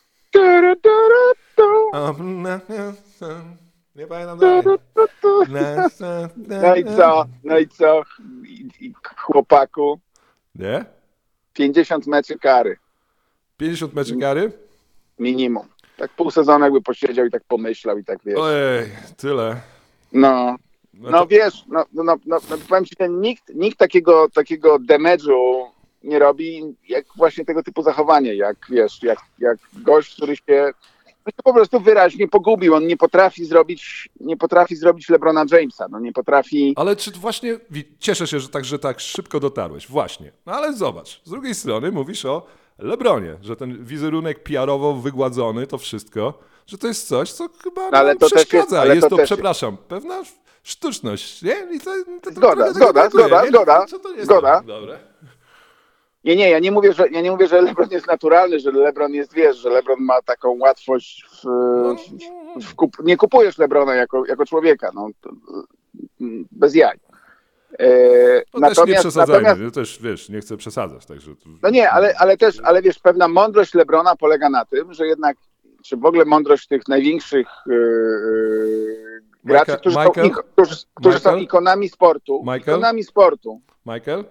Speaker 4: Um, na, na, na. Nie pamiętam dalej. Na, na, na,
Speaker 3: No i co? No i co? I, i chłopaku,
Speaker 4: Nie?
Speaker 3: pięćdziesiąt meczy kary.
Speaker 4: pięćdziesiąt meczy kary?
Speaker 3: Minimum. Tak pół sezonu jakby posiedział i tak pomyślał i tak wiesz.
Speaker 4: Ojej, tyle.
Speaker 3: No,
Speaker 4: No
Speaker 3: no
Speaker 4: to-
Speaker 3: wiesz, no, no, no, no, no powiem ci, że nikt, nikt takiego, takiego damage'u nie robi, jak właśnie tego typu zachowanie, jak wiesz, jak, jak gość, który się, no się po prostu wyraźnie pogubił. On nie potrafi zrobić, nie potrafi zrobić LeBrona Jamesa, no nie potrafi.
Speaker 4: Ale czy właśnie, wi- cieszę się, że tak, że tak szybko dotarłeś, właśnie. No ale zobacz, z drugiej strony mówisz o LeBronie, że ten wizerunek P R-owo wygładzony, to wszystko, że to jest coś, co chyba
Speaker 3: No, ale
Speaker 4: nam
Speaker 3: to też
Speaker 4: przeszkadza.
Speaker 3: jest- ale
Speaker 4: jest
Speaker 3: to
Speaker 4: to,
Speaker 3: też-
Speaker 4: przepraszam, pewna sztuczność, nie? I to, to, to
Speaker 3: Zgoda,
Speaker 4: trochę tego
Speaker 3: zgoda,
Speaker 4: brakuje,
Speaker 3: zgoda,
Speaker 4: nie?
Speaker 3: zgoda,
Speaker 4: Co to jest?
Speaker 3: zgoda.
Speaker 4: Dobre.
Speaker 3: Nie, nie, ja nie mówię, że ja nie mówię, że LeBron jest naturalny, że LeBron jest, wiesz, że LeBron ma taką łatwość w,
Speaker 4: No,
Speaker 3: w, w kup, nie kupujesz LeBrona jako, jako człowieka, no, to, bez jaj. E,
Speaker 4: No też nie przesadzajmy,
Speaker 3: natomiast,
Speaker 4: ja też, wiesz, nie chcę przesadzać, także... tu-
Speaker 3: no nie, ale, ale też, ale wiesz, pewna mądrość LeBrona polega na tym, że jednak, czy w ogóle mądrość tych największych e, graczy,
Speaker 4: Michael-
Speaker 3: którzy,
Speaker 4: Michael?
Speaker 3: są, ik- którzy, którzy są
Speaker 4: Michael?
Speaker 3: ikonami sportu,
Speaker 4: Michael?
Speaker 3: ikonami sportu.
Speaker 4: Michael?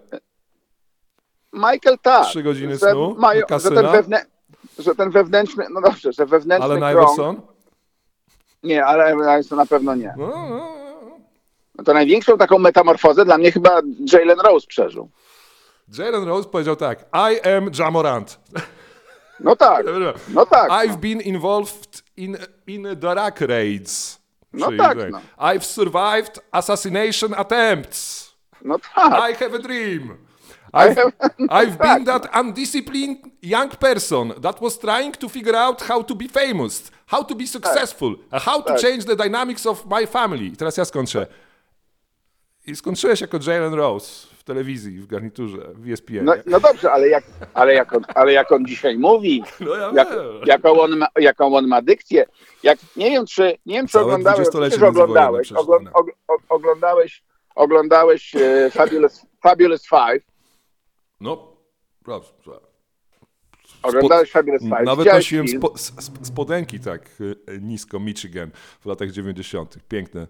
Speaker 3: Michael tak.
Speaker 4: Trzy godziny
Speaker 3: że
Speaker 4: snu,
Speaker 3: mają, że,
Speaker 4: kasyna?
Speaker 3: ten wewnę, że ten wewnętrzny, no dobrze, że wewnętrzny
Speaker 4: Ale
Speaker 3: krąg,
Speaker 4: Iverson?
Speaker 3: nie, ale Iverson na pewno nie.
Speaker 4: No, no, no.
Speaker 3: No to największą taką metamorfozę dla mnie chyba Jalen Rose przeżył.
Speaker 4: Jalen Rose powiedział tak, I am Ja Morant.
Speaker 3: No tak, no tak.
Speaker 4: I've been involved in, in drug raids.
Speaker 3: No
Speaker 4: Czyli
Speaker 3: tak,
Speaker 4: tak,
Speaker 3: no.
Speaker 4: I've survived assassination attempts.
Speaker 3: No tak.
Speaker 4: I have a dream. I've,
Speaker 3: have-
Speaker 4: I've
Speaker 3: tak,
Speaker 4: been that undisciplined young person that was trying to figure out how to be famous, how to be successful, and how to
Speaker 3: Tak.
Speaker 4: change the dynamics of my family. I teraz ja skończę. I skończyłeś jako Jalen Rose w telewizji, w garniturze, w E S P N.
Speaker 3: No, no dobrze, ale jak, ale, jak on, ale jak on dzisiaj mówi,
Speaker 4: No ja
Speaker 3: jak,
Speaker 4: wiem.
Speaker 3: jaką, on ma, jaką on ma dykcję, jak, nie wiem, czy, nie wiem, czy
Speaker 4: Całe
Speaker 3: oglądałeś,
Speaker 4: dwudziestolecie
Speaker 3: przecież oglądałeś,
Speaker 4: międzywojenne
Speaker 3: ogl, og, og, oglądałeś, oglądałeś e, Fabulous, Fabulous Five.
Speaker 4: No, prawda.
Speaker 3: Oglądałeś Fabulous Five?
Speaker 4: Nawet
Speaker 3: Widziałeś
Speaker 4: nosiłem
Speaker 3: film?
Speaker 4: spo, sp- spodenki tak y, nisko, Michigan w latach dziewięćdziesiątych. Piękne.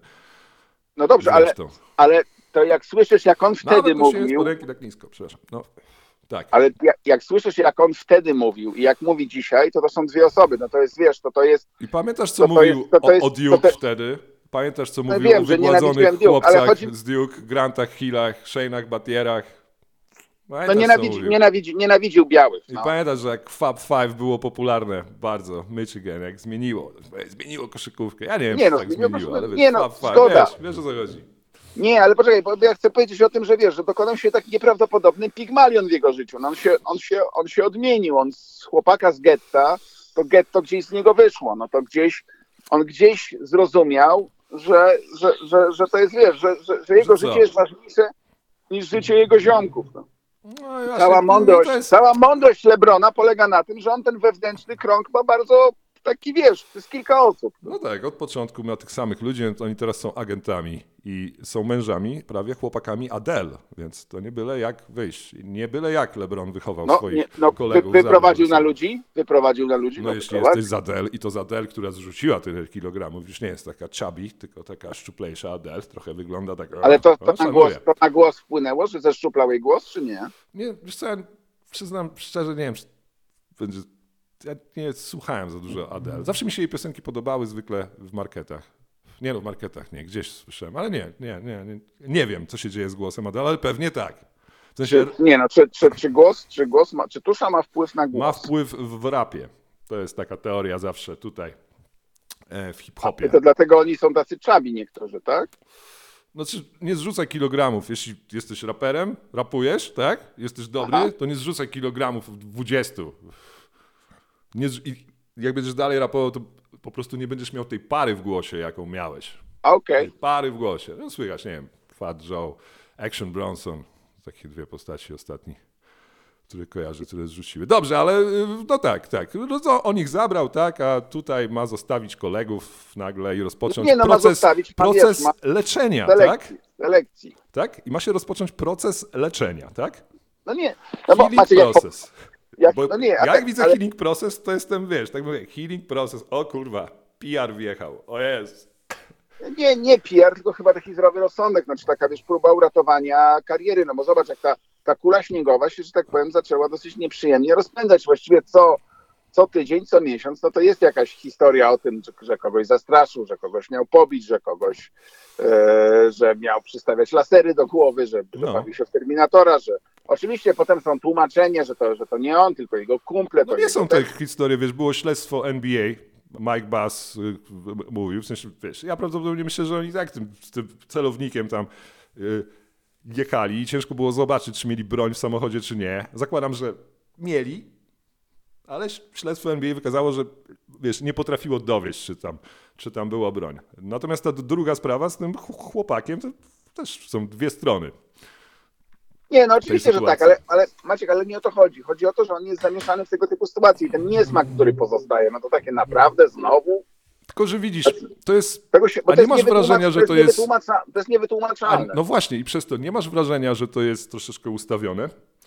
Speaker 3: No dobrze, ale,
Speaker 4: Zresztą.
Speaker 3: ale to jak słyszysz, jak on wtedy
Speaker 4: Nawet nosiłem
Speaker 3: mówił,
Speaker 4: spodenki tak nisko, przepraszam. No, tak.
Speaker 3: ale jak, jak słyszysz, jak on wtedy mówił i jak mówi dzisiaj, to to są dwie osoby. No to jest, wiesz, to to jest...
Speaker 4: I pamiętasz, co
Speaker 3: to to
Speaker 4: mówił
Speaker 3: jest- to to
Speaker 4: o,
Speaker 3: jest-
Speaker 4: o Duke
Speaker 3: to to-
Speaker 4: wtedy? Pamiętasz, co
Speaker 3: No
Speaker 4: mówił
Speaker 3: wiem,
Speaker 4: o
Speaker 3: że
Speaker 4: wygładzonych
Speaker 3: nienawidziłem Duke, ale
Speaker 4: chłopcach
Speaker 3: chodzi-
Speaker 4: z Duke, Grantach Hillach, Shane'ach Batierach?
Speaker 3: No
Speaker 4: Pamiętasz, co
Speaker 3: nienawidzi,
Speaker 4: mówił?
Speaker 3: nienawidzi, nienawidził białych.
Speaker 4: I
Speaker 3: No.
Speaker 4: pamiętasz, że jak Fab Five było popularne bardzo, Michigan, jak zmieniło, zmieniło koszykówkę. Ja nie wiem,
Speaker 3: Nie,
Speaker 4: czy
Speaker 3: no,
Speaker 4: tak
Speaker 3: zmieniło
Speaker 4: zmieniło, ale wiesz,
Speaker 3: nie, no,
Speaker 4: Fab Five,
Speaker 3: zgoda.
Speaker 4: wiesz, wiesz o co chodzi.
Speaker 3: Nie, ale poczekaj, bo ja chcę powiedzieć o tym, że wiesz, że dokonał się taki nieprawdopodobny pigmalion w jego życiu. No on, się, on, się, on się odmienił. On z chłopaka z getta, to getto gdzieś z niego wyszło. No to gdzieś, on gdzieś zrozumiał, że, że, że, że to jest, wiesz, że, że, że jego
Speaker 4: Że co?
Speaker 3: życie jest ważniejsze niż życie jego ziomków. No.
Speaker 4: No, ja
Speaker 3: Cała
Speaker 4: się-
Speaker 3: mądrość,
Speaker 4: to jest-
Speaker 3: cała mądrość Lebrona polega na tym, że on ten wewnętrzny krąg ma bardzo taki, wiesz, to jest kilka osób.
Speaker 4: No tak, od początku miał tych samych ludzi, więc oni teraz są agentami i są mężami, prawie chłopakami Adele, więc to nie byle jak wyjść. Nie byle jak LeBron wychował
Speaker 3: No,
Speaker 4: swoich
Speaker 3: nie, no wy,
Speaker 4: kolegów.
Speaker 3: wyprowadził
Speaker 4: zabrał
Speaker 3: na
Speaker 4: ze sobą.
Speaker 3: ludzi, wyprowadził na ludzi.
Speaker 4: No
Speaker 3: no
Speaker 4: jeśli
Speaker 3: wyprowadzi.
Speaker 4: jesteś z Adele i to z Adele, która zrzuciła tyle kilogramów, już nie jest taka chubby, tylko taka szczuplejsza Adele, trochę wygląda tak...
Speaker 3: Ale to, to,
Speaker 4: o,
Speaker 3: na
Speaker 4: szanuję.
Speaker 3: głos, to na głos wpłynęło, że zeszczuplał jej głos, czy nie?
Speaker 4: Nie, wiesz co, ja przyznam szczerze, nie wiem, czy będzie... Ja nie słuchałem za dużo Adele. Zawsze mi się jej piosenki podobały zwykle w marketach. Nie no, w marketach nie, gdzieś słyszałem, ale nie, nie, nie, nie, nie wiem, co się dzieje z głosem Adele, ale pewnie tak. W sensie
Speaker 3: Nie no, czy, czy, czy głos, czy głos ma, czy tusza ma wpływ na głos?
Speaker 4: ma wpływ w rapie. To jest taka teoria zawsze tutaj e, w hip-hopie.
Speaker 3: I to dlatego oni są tacy czabi niektórzy, tak?
Speaker 4: Znaczy, nie zrzucaj kilogramów. Jeśli jesteś raperem, rapujesz, tak? Jesteś dobry,
Speaker 3: Aha.
Speaker 4: to nie zrzucaj kilogramów dwudziestu. Nie, zrzu- i jak będziesz dalej rapował, to po prostu nie będziesz miał tej pary w głosie, jaką miałeś.
Speaker 3: Okej.
Speaker 4: Tej pary w głosie. No słychać, nie wiem, Fat Joe, Action Bronson. Takie dwie postaci ostatni, które kojarzę, które zrzuciły. Dobrze, ale y, no tak, tak. No to on ich zabrał, tak, a tutaj ma zostawić kolegów nagle i rozpocząć
Speaker 3: Nie, no, ma
Speaker 4: proces,
Speaker 3: zostawić, ma,
Speaker 4: proces
Speaker 3: wiesz, ma
Speaker 4: leczenia, tak?
Speaker 3: Selekcji, selekcji.
Speaker 4: Tak? I ma się rozpocząć proces leczenia, tak?
Speaker 3: No nie, no bo
Speaker 4: Healing
Speaker 3: macie jak, po-
Speaker 4: process.
Speaker 3: jak
Speaker 4: Bo
Speaker 3: no nie, a
Speaker 4: ja jak
Speaker 3: tak,
Speaker 4: widzę
Speaker 3: ale,
Speaker 4: healing process, to jestem, wiesz, tak mówię, healing process, o kurwa, P R wjechał, o jest.
Speaker 3: nie, nie P R, tylko chyba taki zdrowy rozsądek, znaczy taka, wiesz, próba uratowania kariery, no bo zobacz, jak ta, ta kula śniegowa się, że tak powiem, zaczęła dosyć nieprzyjemnie rozpędzać, właściwie co, co tydzień, co miesiąc, no to jest jakaś historia o tym, że, że kogoś zastraszył, że kogoś miał pobić, że kogoś, e, że miał przystawiać lasery do głowy, że, że
Speaker 4: No.
Speaker 3: bawił się w Terminatora, że oczywiście potem są tłumaczenia, że to, że to nie on, tylko jego kumple.
Speaker 4: No
Speaker 3: to
Speaker 4: nie
Speaker 3: jego
Speaker 4: są
Speaker 3: ten-
Speaker 4: te historie, wiesz, było śledztwo N B A, Mike Bass y, mówił, w sensie, wiesz, ja prawdopodobnie myślę, że oni tak tym, z tym celownikiem tam y, jechali i ciężko było zobaczyć, czy mieli broń w samochodzie, czy nie. Zakładam, że mieli, ale śledztwo N B A wykazało, że wiesz, nie potrafiło dowieść, czy tam, czy tam była broń. Natomiast ta druga sprawa z tym ch- chłopakiem, to też są dwie strony.
Speaker 3: Nie, no oczywiście, że tak,
Speaker 4: sytuacji.
Speaker 3: ale, ale Maciek, ale nie o to chodzi. Chodzi o to, że on jest zamieszany w tego typu sytuacji i ten niesmak, który pozostaje, no to takie naprawdę znowu.
Speaker 4: Tylko, że widzisz, to jest...
Speaker 3: Tego się, bo
Speaker 4: A
Speaker 3: to
Speaker 4: nie
Speaker 3: jest
Speaker 4: masz
Speaker 3: niewytłumacz-
Speaker 4: wrażenia, że to jest...
Speaker 3: niewytłumacza- To jest
Speaker 4: A,
Speaker 3: niewytłumaczalne.
Speaker 4: no właśnie i przez to nie masz wrażenia, że to jest troszeczkę ustawione?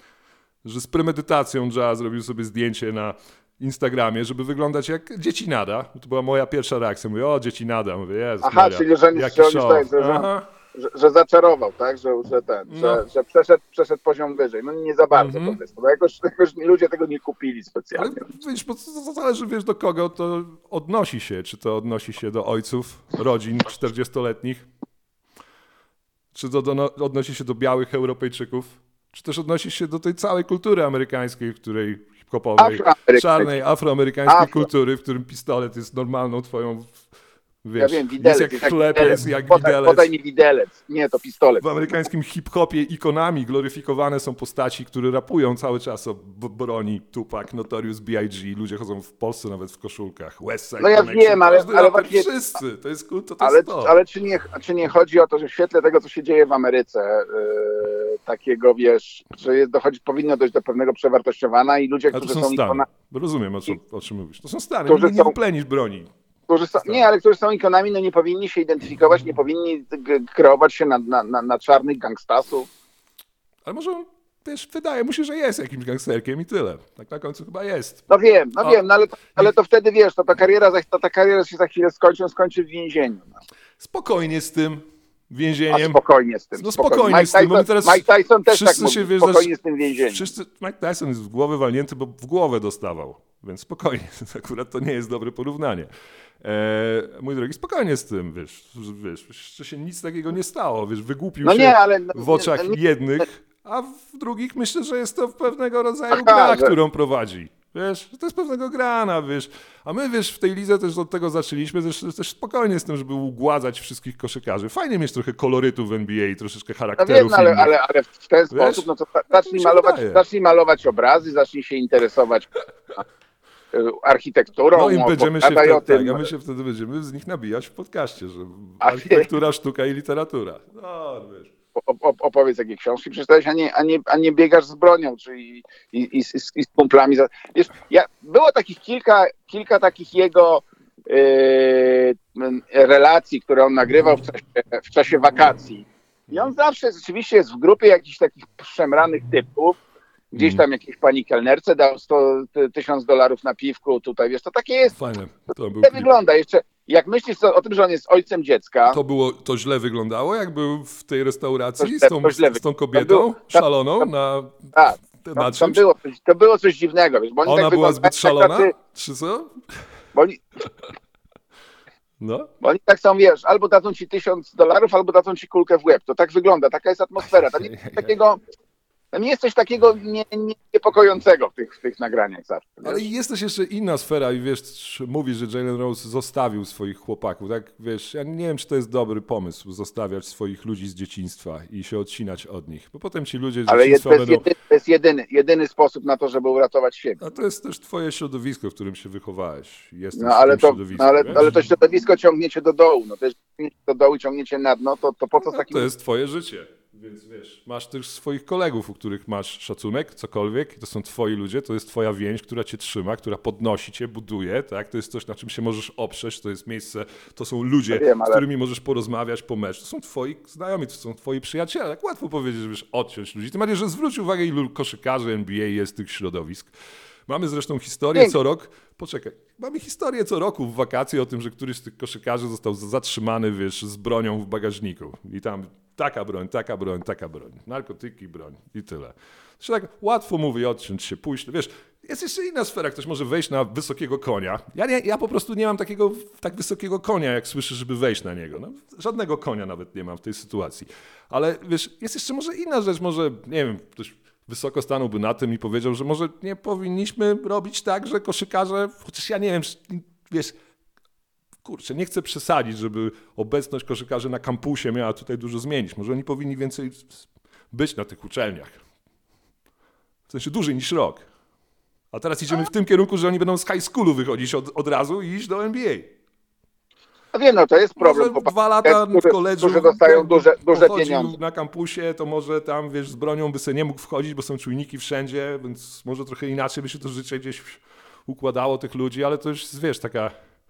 Speaker 4: Że z premedytacją Ja zrobił sobie zdjęcie na Instagramie, żeby wyglądać jak dzieci nada. To była moja pierwsza reakcja. Mówię, o dzieci nada. Mówię, Jezus
Speaker 3: Aha,
Speaker 4: Maria,
Speaker 3: czyli że,
Speaker 4: jaki
Speaker 3: że, on
Speaker 4: show.
Speaker 3: jest tak, że,
Speaker 4: Aha.
Speaker 3: że, że zaczarował, tak? Że, że ten,
Speaker 4: No.
Speaker 3: że, że przeszedł, przeszedł poziom wyżej. No nie za bardzo
Speaker 4: Mhm.
Speaker 3: to jest. Bo jakoś, jakoś ludzie tego nie kupili
Speaker 4: Ale
Speaker 3: specjalnie.
Speaker 4: wiesz, bo to, to zależy, wiesz, do kogo to odnosi się. Czy to odnosi się do ojców, rodzin czterdziestoletnich, czy to do, no, odnosi się do białych Europejczyków, czy też odnosi się do tej całej kultury amerykańskiej, w której hip-hopowej,
Speaker 3: Afroamerykańskiej.
Speaker 4: czarnej, afroamerykańskiej
Speaker 3: Afro.
Speaker 4: kultury, w którym pistolet jest normalną twoją, wiesz,
Speaker 3: Ja wiem, widelec.
Speaker 4: jest jak
Speaker 3: tak
Speaker 4: chleb,
Speaker 3: widelec.
Speaker 4: jest jak
Speaker 3: podaj,
Speaker 4: widelec.
Speaker 3: podaj mi widelec. Nie, to pistolet.
Speaker 4: W amerykańskim hip-hopie ikonami gloryfikowane są postaci, które rapują cały czas o b- broni, Tupac, Notorious B I G Ludzie chodzą w Polsce nawet w koszulkach. Westside
Speaker 3: No ja
Speaker 4: Connection,
Speaker 3: wiem, ale-
Speaker 4: każdy
Speaker 3: ale
Speaker 4: raper,
Speaker 3: właśnie-
Speaker 4: wszyscy. To jest, to, to
Speaker 3: Ale,
Speaker 4: jest to.
Speaker 3: ale czy, nie, czy nie chodzi o to, że w świetle tego, co się dzieje w Ameryce, yy, takiego, wiesz, że jest, dochodzi, powinno dojść do pewnego przewartościowania i ludzie,
Speaker 4: Ale to
Speaker 3: którzy
Speaker 4: są
Speaker 3: są,
Speaker 4: Stany.
Speaker 3: ikona,
Speaker 4: Rozumiem, o, co, o czym mówisz. To są Stany,
Speaker 3: Którzy
Speaker 4: nie, nie
Speaker 3: są-
Speaker 4: uplenisz broni.
Speaker 3: którzy są, nie, ale którzy są ikonami, no nie powinni się identyfikować, nie powinni g- kreować się na, na, na, na czarnych gangstasów.
Speaker 4: Ale może on wiesz, wydaje mu się, że jest jakimś gangsterkiem i tyle. Tak na końcu chyba jest.
Speaker 3: No wiem, no
Speaker 4: A-
Speaker 3: wiem, no ale, to, ale to wtedy wiesz, to ta kariera, za- to ta kariera się za chwilę skończy, on skończy w więzieniu. No.
Speaker 4: Spokojnie z tym
Speaker 3: A
Speaker 4: więzieniem.
Speaker 3: spokojnie z tym.
Speaker 4: No spokojnie
Speaker 3: Mike
Speaker 4: z tym, bo my
Speaker 3: Tyson,
Speaker 4: teraz
Speaker 3: Mike Tyson też tak
Speaker 4: wszyscy
Speaker 3: mówi,
Speaker 4: się, wiesz,
Speaker 3: spokojnie
Speaker 4: zaś-
Speaker 3: z tym więzieniem.
Speaker 4: Wszyscy, Mike Tyson jest w głowę walnięty, bo w głowę dostawał, więc spokojnie. Akurat to nie jest dobre porównanie. E, mój drogi, spokojnie z tym, wiesz, wiesz, że się nic takiego nie stało, wiesz, wygłupił
Speaker 3: No
Speaker 4: się
Speaker 3: nie, ale... No,
Speaker 4: w oczach
Speaker 3: no, nie,
Speaker 4: jednych, a w drugich myślę, że jest to pewnego rodzaju
Speaker 3: Aha,
Speaker 4: gra,
Speaker 3: że-
Speaker 4: którą prowadzi. Wiesz, to jest pewnego grana, wiesz. A my, wiesz, w tej lidze też od tego zaczęliśmy, też, też spokojnie z tym, żeby ugładzać wszystkich koszykarzy. Fajnie mieć trochę kolorytu w N B A i troszeczkę
Speaker 3: no
Speaker 4: charakteru
Speaker 3: wiem, no, ale,
Speaker 4: innych.
Speaker 3: ale, ale w ten
Speaker 4: Wiesz?
Speaker 3: sposób, no to
Speaker 4: mi
Speaker 3: zacznij
Speaker 4: się
Speaker 3: malować,
Speaker 4: wydaje.
Speaker 3: zacznij malować obrazy, zacznij się interesować e, architekturą,
Speaker 4: No i będziemy się
Speaker 3: opowiadaj
Speaker 4: wtedy,
Speaker 3: o tym.
Speaker 4: tak, a my się wtedy będziemy z nich nabijać w podcaście, że
Speaker 3: A
Speaker 4: architektura, sztuka i literatura. No, wiesz.
Speaker 3: op- op- opowiedz, jakie książki przeczytałeś, a nie, a nie, a nie biegasz z bronią, czy i, i, i, z, i z kumplami. Za- Wiesz, ja, było takich kilka, kilka takich jego yy, relacji, które on nagrywał w czasie, w czasie wakacji. I on zawsze rzeczywiście jest w grupie jakichś takich szemranych typów. Gdzieś tam jakiejś pani kelnerce dał sto, tysiąc dolarów na piwku, tutaj wiesz, to takie jest.
Speaker 4: Fajne. To, był
Speaker 3: To
Speaker 4: klip.
Speaker 3: wygląda jeszcze. Jak myślisz o, o tym, że on jest ojcem dziecka,
Speaker 4: To było, to źle wyglądało, jak był w tej restauracji
Speaker 3: To
Speaker 4: z
Speaker 3: źle-
Speaker 4: tą,
Speaker 3: to źle
Speaker 4: z tą
Speaker 3: wy-
Speaker 4: kobietą
Speaker 3: to było- tam-
Speaker 4: szaloną
Speaker 3: tam-
Speaker 4: na,
Speaker 3: tak,
Speaker 4: na
Speaker 3: tam, tam
Speaker 4: czymś?
Speaker 3: było, coś- to było coś dziwnego. Wiesz, bo oni
Speaker 4: Ona
Speaker 3: tak
Speaker 4: była
Speaker 3: wyglądają
Speaker 4: zbyt
Speaker 3: jak
Speaker 4: szalona?
Speaker 3: tacy-
Speaker 4: Czy co?
Speaker 3: Bo oni,
Speaker 4: No.
Speaker 3: bo oni tak są, wiesz, albo dadzą ci tysiąc dolarów, albo dadzą ci kulkę w łeb. To tak wygląda, taka jest atmosfera. Tam nie jest coś takiego, tam nie jest coś takiego nie, nie, niepokojącego w tych, w tych nagraniach zawsze.
Speaker 4: Ale
Speaker 3: Wiesz?
Speaker 4: jest też jeszcze inna sfera i wiesz, mówisz, że Jalen Rose zostawił swoich chłopaków, tak? Wiesz, ja nie wiem, czy to jest dobry pomysł, zostawiać swoich ludzi z dzieciństwa i się odcinać od nich, bo potem ci ludzie z
Speaker 3: Ale jest,
Speaker 4: dzieciństwa
Speaker 3: to, jest
Speaker 4: będą...
Speaker 3: jedyny, to jest jedyny, jedyny sposób na to, żeby uratować siebie.
Speaker 4: A to jest też twoje środowisko, w którym się wychowałeś. Jesteś
Speaker 3: No ale
Speaker 4: w tym
Speaker 3: to,
Speaker 4: środowisku,
Speaker 3: no, ale,
Speaker 4: wiesz?
Speaker 3: ale to środowisko ciągniecie do dołu. No to jest do dołu i ciągniecie na dno, to, to po co z
Speaker 4: No,
Speaker 3: takim...
Speaker 4: to jest twoje życie, więc wiesz, masz też swoich kolegów, u których masz szacunek, cokolwiek, to są twoi ludzie, to jest twoja więź, która cię trzyma, która podnosi cię, buduje, tak? To jest coś, na czym się możesz oprzeć, to jest miejsce, to są ludzie,
Speaker 3: Ja wiem, ale-
Speaker 4: z którymi możesz porozmawiać po meczu, to są twoi znajomi, to są twoi przyjaciele, tak łatwo powiedzieć, że wiesz, odciąć ludzi, tym bardziej, że zwróć uwagę, ilu koszykarzy N B A jest z tych środowisk. Mamy zresztą historię
Speaker 3: Pięknie.
Speaker 4: co rok, poczekaj, mamy historię co roku w wakacje o tym, że któryś z tych koszykarzy został zatrzymany, wiesz, z bronią w bagażniku i tam taka broń, taka broń, taka broń, narkotyki, broń i tyle. To się tak łatwo mówi, odciąć się, pójść, wiesz, jest jeszcze inna sfera, ktoś może wejść na wysokiego konia. Ja, nie, ja po prostu nie mam takiego tak wysokiego konia, jak słyszysz, żeby wejść na niego. No, żadnego konia nawet nie mam w tej sytuacji. Ale wiesz, jest jeszcze może inna rzecz, może, nie wiem, ktoś wysoko stanąłby na tym i powiedział, że może nie powinniśmy robić tak, że koszykarze, chociaż ja nie wiem, wiesz, kurczę, nie chcę przesadzić, żeby obecność koszykarzy na kampusie miała tutaj dużo zmienić. Może oni powinni więcej być na tych uczelniach. W sensie dłużej niż rok. A teraz idziemy w tym kierunku, że oni będą z high schoolu wychodzić od, od razu i iść do N B A.
Speaker 3: No wiem, no to jest problem.
Speaker 4: Może
Speaker 3: bo
Speaker 4: dwa lata
Speaker 3: którzy-
Speaker 4: w koledżu,
Speaker 3: którzy dostają
Speaker 4: jakby
Speaker 3: duże, duże
Speaker 4: pochodził
Speaker 3: pieniądze.
Speaker 4: na kampusie, to może tam, wiesz, z bronią by sobie nie mógł wchodzić, bo są czujniki wszędzie, więc może trochę inaczej by się to życie gdzieś układało tych ludzi, ale to już jest, wiesz, taka...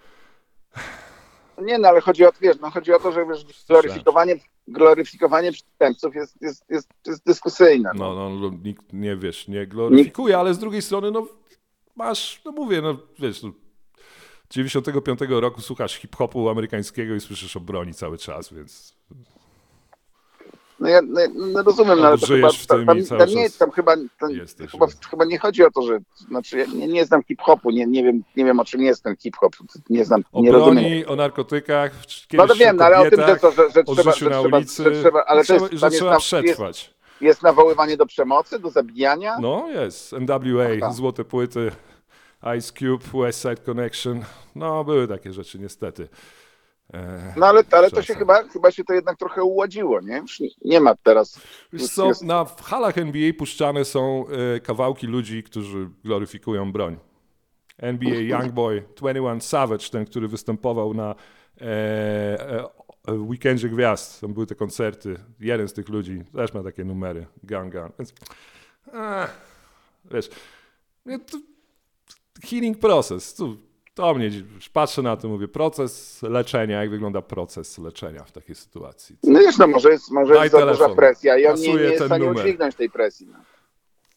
Speaker 3: Nie, no ale chodzi o, wiesz, no chodzi o to, że wiesz, gloryfikowanie, gloryfikowanie przestępców jest, jest, jest, jest dyskusyjne. No.
Speaker 4: No, no, no, nikt nie, wiesz, nie gloryfikuje, ale z drugiej strony, no, masz, no mówię, no, wiesz, no, dziewięćdziesiątego piątego roku słuchasz hip-hopu amerykańskiego i słyszysz o broni cały czas, więc...
Speaker 3: No ja no, no rozumiem, no, ale to
Speaker 4: żyjesz
Speaker 3: chyba,
Speaker 4: w tym
Speaker 3: tam,
Speaker 4: i
Speaker 3: tam,
Speaker 4: cały
Speaker 3: tam nie,
Speaker 4: czas
Speaker 3: tam chyba, tam,
Speaker 4: jesteś,
Speaker 3: chyba,
Speaker 4: no.
Speaker 3: chyba nie chodzi o to, że, znaczy ja nie, nie znam hip-hopu, nie, nie, wiem, nie wiem o czym jest ten hip-hop, nie znam,
Speaker 4: O
Speaker 3: nie
Speaker 4: broni,
Speaker 3: rozumiem.
Speaker 4: o narkotykach, kiedyś
Speaker 3: No to wiem,
Speaker 4: o
Speaker 3: no, ale o tym, że,
Speaker 4: kobietach,
Speaker 3: to, że, że
Speaker 4: o
Speaker 3: trzeba,
Speaker 4: życiu
Speaker 3: że
Speaker 4: na
Speaker 3: trzeba,
Speaker 4: ulicy,
Speaker 3: że trzeba, ale to
Speaker 4: trzeba,
Speaker 3: jest,
Speaker 4: że
Speaker 3: tam jest,
Speaker 4: trzeba
Speaker 3: na- jest,
Speaker 4: przetrwać.
Speaker 3: jest nawoływanie do przemocy, do zabijania.
Speaker 4: No jest, N W A,
Speaker 3: Aha.
Speaker 4: złote płyty, Ice Cube, West Side Connection, no były takie rzeczy niestety. E,
Speaker 3: No ale, ale to się
Speaker 4: czasem.
Speaker 3: chyba, chyba się to jednak trochę uładziło, nie? Już nie- nie ma teraz.
Speaker 4: Wiesz co, na w halach N B A puszczane są e, kawałki ludzi, którzy gloryfikują broń. N B A Youngboy, dwadzieścia jeden Savage, ten, który występował na e, e, e, Weekendzie Gwiazd, tam były te koncerty, jeden z tych ludzi też ma takie numery, Gun Gun, więc e, wiesz, nie, to, healing process, tu, to mnie, dziwi. Patrzę na to, mówię, proces leczenia, jak wygląda proces leczenia w takiej sytuacji.
Speaker 3: No wiesz, no może jest, może
Speaker 4: Daj
Speaker 3: jest za
Speaker 4: telefon.
Speaker 3: duża presja i on nie, nie
Speaker 4: Pasuje
Speaker 3: jest w
Speaker 4: ten
Speaker 3: stanie
Speaker 4: numer.
Speaker 3: udźwignąć tej presji. No.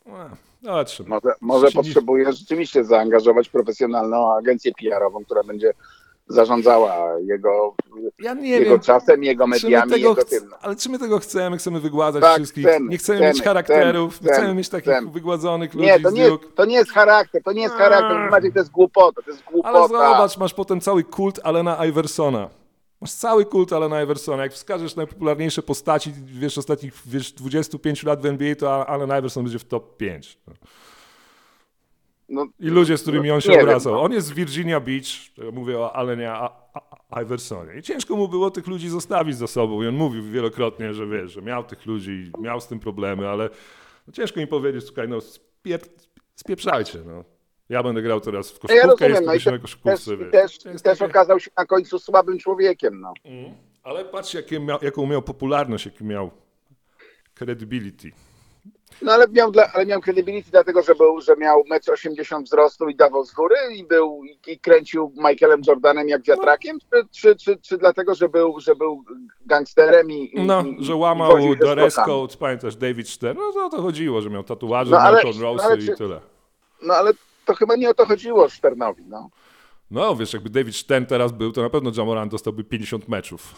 Speaker 4: A, zobaczymy.
Speaker 3: Może, może
Speaker 4: Się nie-
Speaker 3: potrzebuje rzeczywiście zaangażować profesjonalną agencję P R-ową, która będzie zarządzała jego,
Speaker 4: Ja nie
Speaker 3: jego
Speaker 4: wiem,
Speaker 3: czasem, jego
Speaker 4: czy my
Speaker 3: mediami,
Speaker 4: tego
Speaker 3: jego
Speaker 4: chc-
Speaker 3: tym.
Speaker 4: ale czy my tego chcemy? Chcemy wygładzać
Speaker 3: Tak,
Speaker 4: wszystkich.
Speaker 3: chcemy,
Speaker 4: nie chcemy,
Speaker 3: chcemy,
Speaker 4: mieć charakterów,
Speaker 3: chcemy,
Speaker 4: chcemy,
Speaker 3: chcemy,
Speaker 4: mieć takich
Speaker 3: chcemy.
Speaker 4: wygładzonych ludzi
Speaker 3: Nie, to
Speaker 4: z
Speaker 3: nie,
Speaker 4: dróg.
Speaker 3: to nie jest charakter, to nie jest charakter, Maciek, to jest głupota, to jest głupota.
Speaker 4: Ale zobacz, masz potem cały kult Allena Iversona. Masz cały kult Allena Iversona. Jak wskażesz najpopularniejsze postaci, wiesz, ostatnich wiesz, dwudziestu pięciu lat w N B A, to Allen Iverson będzie w top pięć.
Speaker 3: No,
Speaker 4: I ludzie, z którymi on się
Speaker 3: nie
Speaker 4: obracał.
Speaker 3: wiem, no.
Speaker 4: On jest z Virginia Beach, ja mówię o Allenie A- A- Iversonie. I ciężko mu było tych ludzi zostawić za sobą. I on mówił wielokrotnie, że wiesz, że miał tych ludzi, miał z tym problemy, ale no, ciężko mi powiedzieć, słuchaj, no spiep- spieprzajcie, no. Ja będę grał teraz w
Speaker 3: No ja
Speaker 4: koszykówkę,
Speaker 3: rozumiem, no i
Speaker 4: jest
Speaker 3: te,
Speaker 4: na
Speaker 3: też,
Speaker 4: koszykówce,
Speaker 3: i
Speaker 4: wiesz.
Speaker 3: też,
Speaker 4: To
Speaker 3: i
Speaker 4: jest
Speaker 3: też
Speaker 4: takie-
Speaker 3: okazał się na końcu słabym człowiekiem, no.
Speaker 4: Mm. Ale patrz, jakie miał, jaką miał popularność, jaki miał credibility.
Speaker 3: No ale miał, dla, ale miał credibility dlatego, że był, że miał metr osiemdziesiąt wzrostu i dawał z góry i był i, i kręcił Michaelem Jordanem jak wiatrakiem, czy, czy, czy, czy dlatego, że był, że był gangsterem i, i
Speaker 4: No,
Speaker 3: i,
Speaker 4: że
Speaker 3: i
Speaker 4: łamał
Speaker 3: woził się z
Speaker 4: dress
Speaker 3: kotami?
Speaker 4: code, pamiętasz, David Stern, no to o to chodziło, że miał tatuaże,
Speaker 3: No,
Speaker 4: miał
Speaker 3: ale-
Speaker 4: cornrowsy
Speaker 3: no, ale
Speaker 4: i
Speaker 3: czy-
Speaker 4: tyle.
Speaker 3: No ale to chyba nie o to chodziło Sternowi, no.
Speaker 4: No, wiesz, jakby David Stern teraz był, to na pewno Ja Morant dostałby pięćdziesiąt meczów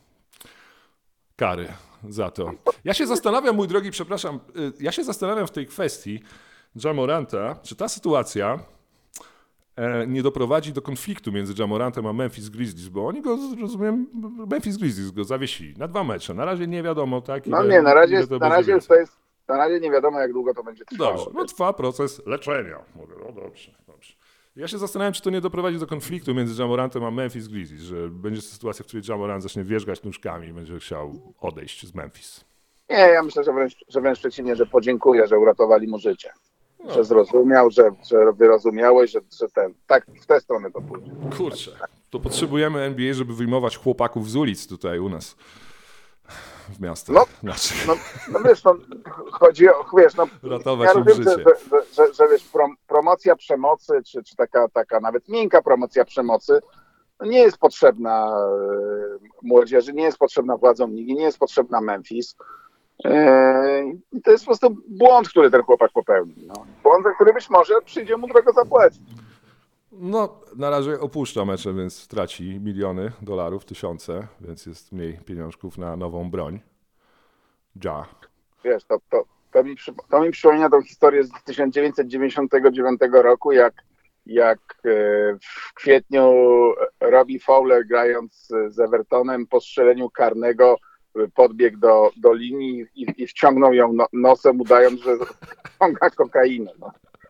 Speaker 4: kary za to. Ja się zastanawiam, mój drogi, przepraszam, y, ja się zastanawiam w tej kwestii Ja Moranta, czy ta sytuacja e, nie doprowadzi do konfliktu między Ja Morantem a Memphis Grizzlies, bo oni go, rozumiem, Memphis Grizzlies go zawiesili na dwa mecze. Na razie nie wiadomo, tak?
Speaker 3: No
Speaker 4: ile-
Speaker 3: nie, na razie,
Speaker 4: ile
Speaker 3: jest,
Speaker 4: to
Speaker 3: na
Speaker 4: będzie
Speaker 3: razie już
Speaker 4: więcej.
Speaker 3: to jest, na razie nie wiadomo jak długo to będzie trwało.
Speaker 4: Dobrze, no trwa proces leczenia. Mówię, no dobrze, dobrze. Ja się zastanawiam, czy to nie doprowadzi do konfliktu między Ja Morantem a Memphis Grizzlies, że będzie sytuacja, w której Ja Morant zacznie wierzgać nóżkami i będzie chciał odejść z Memphis.
Speaker 3: Nie, ja myślę, że wręcz, że wręcz przeciwnie, że podziękuję, że uratowali mu życie. Że zrozumiał, że, że wyrozumiałeś, że, że ten, tak w tę stronę to pójdzie.
Speaker 4: Kurczę, to potrzebujemy N B A, żeby wyjmować chłopaków z ulic tutaj u nas w miastach.
Speaker 3: No,
Speaker 4: Znaczy,
Speaker 3: No, no wiesz, no, chodzi o, wiesz, no,
Speaker 4: Ratować
Speaker 3: ja
Speaker 4: im
Speaker 3: rozumiem, że,
Speaker 4: życie.
Speaker 3: że, że, że wiesz, prom, promocja przemocy, czy, czy taka, taka nawet miękka promocja przemocy, no nie jest potrzebna e, młodzieży, nie jest potrzebna władzom ligi, nie jest potrzebna Memphis. E, i to jest po prostu błąd, który ten chłopak popełnił. No. Błąd, za który być może przyjdzie mu drogo zapłacić.
Speaker 4: no, na razie opuszcza mecze, więc traci miliony dolarów, tysiące, więc jest mniej pieniążków na nową broń. Ja.
Speaker 3: Wiesz, to, to, to, mi, przy- to mi przypomina tą historię z tysiąc dziewięćset dziewięćdziesiątego dziewiątego roku, jak, jak e, w kwietniu Robbie Fowler, grając z Evertonem po strzeleniu karnego, e, podbiegł do, do linii i, i wciągnął ją no, nosem, udając, że ściąga kokainę. No.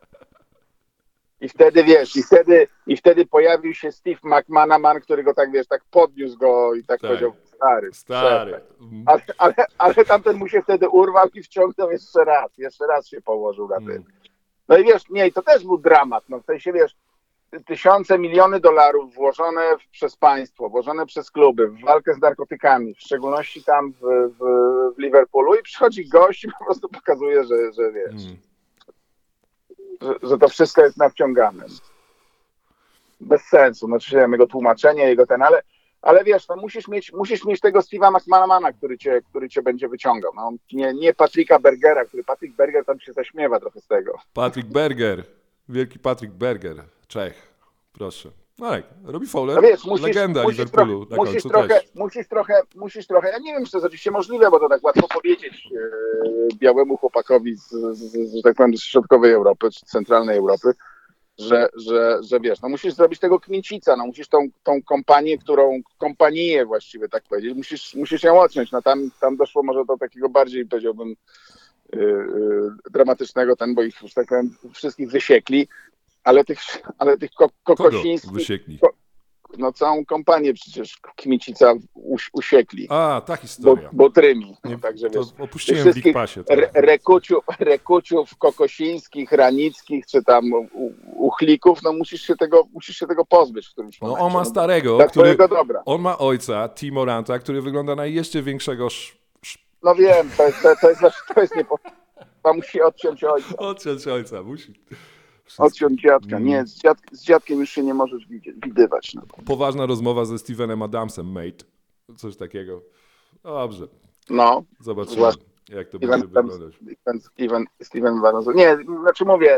Speaker 3: I wtedy, wiesz, i wtedy, i wtedy pojawił się Steve McManaman, który go tak, wiesz, tak podniósł go i tak,
Speaker 4: Tak.
Speaker 3: powiedział, stary,
Speaker 4: Stary.
Speaker 3: przestań. Ale, ale, ale tamten mu się wtedy urwał i wciągnął jeszcze raz. Jeszcze raz się położył na tym.
Speaker 4: Mm.
Speaker 3: No i wiesz, nie, i to też był dramat. No w sensie, wiesz, tysiące, miliony dolarów włożone w, przez państwo, włożone przez kluby w walkę z narkotykami, w szczególności tam w, w, w Liverpoolu i przychodzi gość i po prostu pokazuje, że, że wiesz,
Speaker 4: Mm.
Speaker 3: że, że to wszystko jest nawciągane. Bez sensu. No czytałem jego tłumaczenie, jego ten, ale Ale wiesz, no musisz mieć, musisz mieć tego Steve'a McManamana, który cię, który cię będzie wyciągał. No, nie, nie Patricka Bergera, który Patrick Berger tam się zaśmiewa trochę z tego.
Speaker 4: Patrick Berger. Wielki Patrick Berger. Czech. Proszę. No tak, Robbie Fowler,
Speaker 3: No wiesz, musisz,
Speaker 4: legenda
Speaker 3: musisz
Speaker 4: Liverpoolu
Speaker 3: trochę,
Speaker 4: na
Speaker 3: musisz
Speaker 4: końcu
Speaker 3: trochę,
Speaker 4: też.
Speaker 3: musisz trochę, musisz trochę, ja nie wiem, czy to jest oczywiście możliwe, bo to tak łatwo powiedzieć e, białemu chłopakowi z, z, z, że tak powiem, z środkowej Europy, czy centralnej Europy, że, że, że wiesz, no musisz zrobić tego kmiecica, no musisz tą, tą kompanię, którą, kompanię właściwie tak powiedzieć, musisz, musisz ją odciąć, no tam, tam doszło może do takiego bardziej, powiedziałbym, yy, yy, dramatycznego, ten, bo ich, że tak powiem, wszystkich wysiekli, ale tych, ale tych ko,
Speaker 4: Kogo
Speaker 3: kokosińskich,
Speaker 4: wysiekli?
Speaker 3: no całą kompanię przecież kmiecica us, usiekli,
Speaker 4: A, ta
Speaker 3: bo,
Speaker 4: historia.
Speaker 3: botrymi,
Speaker 4: Nie,
Speaker 3: no, także
Speaker 4: to
Speaker 3: wiesz,
Speaker 4: opuściłem w
Speaker 3: wszystkich
Speaker 4: Big Passie.
Speaker 3: re, rekuciów, rekuciów kokosińskich, ranickich, czy tam u, u, uchlików, no musisz się tego, musisz się tego pozbyć w którymś
Speaker 4: No
Speaker 3: momencie.
Speaker 4: on ma starego,
Speaker 3: Dla
Speaker 4: który,
Speaker 3: twojego dobra.
Speaker 4: on ma ojca, Tim Moranta, który wygląda na jeszcze większego sz... sz...
Speaker 3: No wiem, to jest, to, to jest, to jest niepo... To musi odciąć ojca,
Speaker 4: Odciąć ojca, musi. Wszystko.
Speaker 3: odciąć dziadka. Nie, z, dziad, z dziadkiem już się nie możesz widzieć, widywać. No.
Speaker 4: Poważna rozmowa ze Stevenem Adamsem, mate. Coś takiego. Dobrze,
Speaker 3: no.
Speaker 4: zobaczymy.
Speaker 3: Zwłaszcza-
Speaker 4: Jak to
Speaker 3: Steven,
Speaker 4: będzie
Speaker 3: tam,
Speaker 4: wyglądać?
Speaker 3: Steven, Steven, Steven Van Zyl. Nie, znaczy mówię,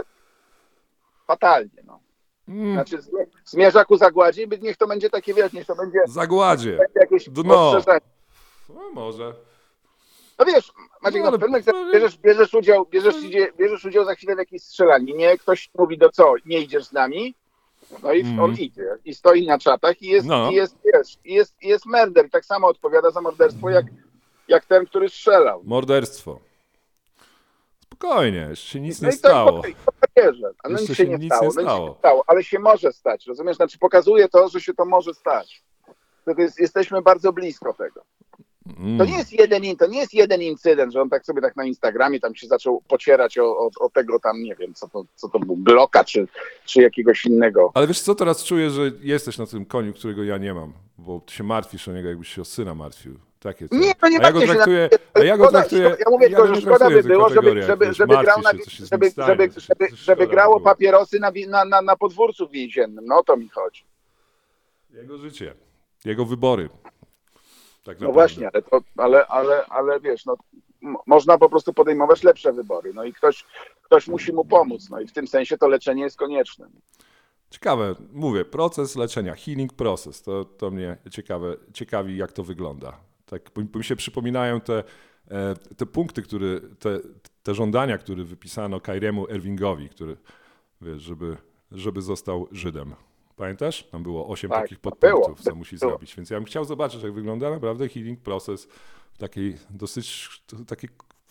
Speaker 3: fatalnie, no.
Speaker 4: Mm,
Speaker 3: Znaczy zmi- zmierza ku zagładzie, by- niech to będzie takie, wiesz, niech to będzie,
Speaker 4: zagładzie.
Speaker 3: będzie jakieś
Speaker 4: Dno.
Speaker 3: ostrzeżenie.
Speaker 4: No może.
Speaker 3: No wiesz, Maciek,
Speaker 4: No,
Speaker 3: no,
Speaker 4: ale-
Speaker 3: w pewnym sensie
Speaker 4: ale-
Speaker 3: bierzesz, bierzesz, udział, bierzesz, idzie, bierzesz udział za chwilę w jakiejś strzelaninie, ktoś mówi, do co, nie idziesz z nami? No i
Speaker 4: Mhm.
Speaker 3: on idzie i stoi na czatach i jest,
Speaker 4: No.
Speaker 3: i jest, wiesz, i jest, i jest merder. I tak samo odpowiada za morderstwo jak, jak ten, który strzelał.
Speaker 4: Morderstwo. Spokojnie, jeszcze się nic
Speaker 3: No
Speaker 4: nie
Speaker 3: i to
Speaker 4: stało.
Speaker 3: i po karierze. A no
Speaker 4: Jeszcze
Speaker 3: nic się
Speaker 4: się
Speaker 3: nie
Speaker 4: nic
Speaker 3: stało,
Speaker 4: nie
Speaker 3: no nic się
Speaker 4: stało.
Speaker 3: nie stało, ale się może stać, rozumiesz? Znaczy pokazuje to, że się to może stać. To jest, jesteśmy bardzo blisko tego.
Speaker 4: Mm.
Speaker 3: To nie jest jeden, in- to nie jest jeden incydent, że on tak sobie tak na Instagramie tam się zaczął pocierać o, o, o tego tam, nie wiem, co to, co to był, bloka czy, czy jakiegoś innego.
Speaker 4: Ale wiesz co, teraz czuję, że jesteś na tym koniu, którego ja nie mam, bo ty się martwisz o niego, jakbyś się o syna martwił. Takie coś.
Speaker 3: Nie, no nie
Speaker 4: a ja go
Speaker 3: martwię się na-
Speaker 4: traktuję, a ja go
Speaker 3: Szkoda-
Speaker 4: traktuję,
Speaker 3: szkoda- ja mówię tylko,
Speaker 4: go
Speaker 3: że
Speaker 4: nie
Speaker 3: szkoda
Speaker 4: traktuję
Speaker 3: by
Speaker 4: w tych
Speaker 3: było, żeby,
Speaker 4: kategoriach,
Speaker 3: żeby,
Speaker 4: wiesz,
Speaker 3: żeby grał
Speaker 4: martwisz
Speaker 3: na,
Speaker 4: się, co się z nim
Speaker 3: żeby,
Speaker 4: stanie,
Speaker 3: żeby,
Speaker 4: to się-
Speaker 3: żeby,
Speaker 4: to się
Speaker 3: żeby
Speaker 4: szkoda
Speaker 3: grało
Speaker 4: by było.
Speaker 3: papierosy na, wi- na, na, na podwórcu więziennym. No o to mi chodzi.
Speaker 4: Jego życie, jego wybory. Tak
Speaker 3: No
Speaker 4: naprawdę.
Speaker 3: właśnie, ale, to, ale, ale, ale wiesz, no, m- można po prostu podejmować lepsze wybory. No i ktoś, ktoś musi mu pomóc. No i w tym sensie to leczenie jest konieczne.
Speaker 4: Ciekawe, mówię, proces leczenia, healing process, to, to mnie ciekawe, ciekawi, jak to wygląda. Tak, bo mi- bo mi się przypominają te, e, te punkty, które, te, te żądania, które wypisano Kyriemu Irvingowi, który, wiesz, żeby, żeby został Żydem. Pamiętasz? Tam było osiem
Speaker 3: Tak,
Speaker 4: takich
Speaker 3: było,
Speaker 4: podpunktów, co
Speaker 3: było.
Speaker 4: musi zrobić. Więc ja bym chciał zobaczyć, jak wygląda naprawdę healing process w takiej dosyć takiej,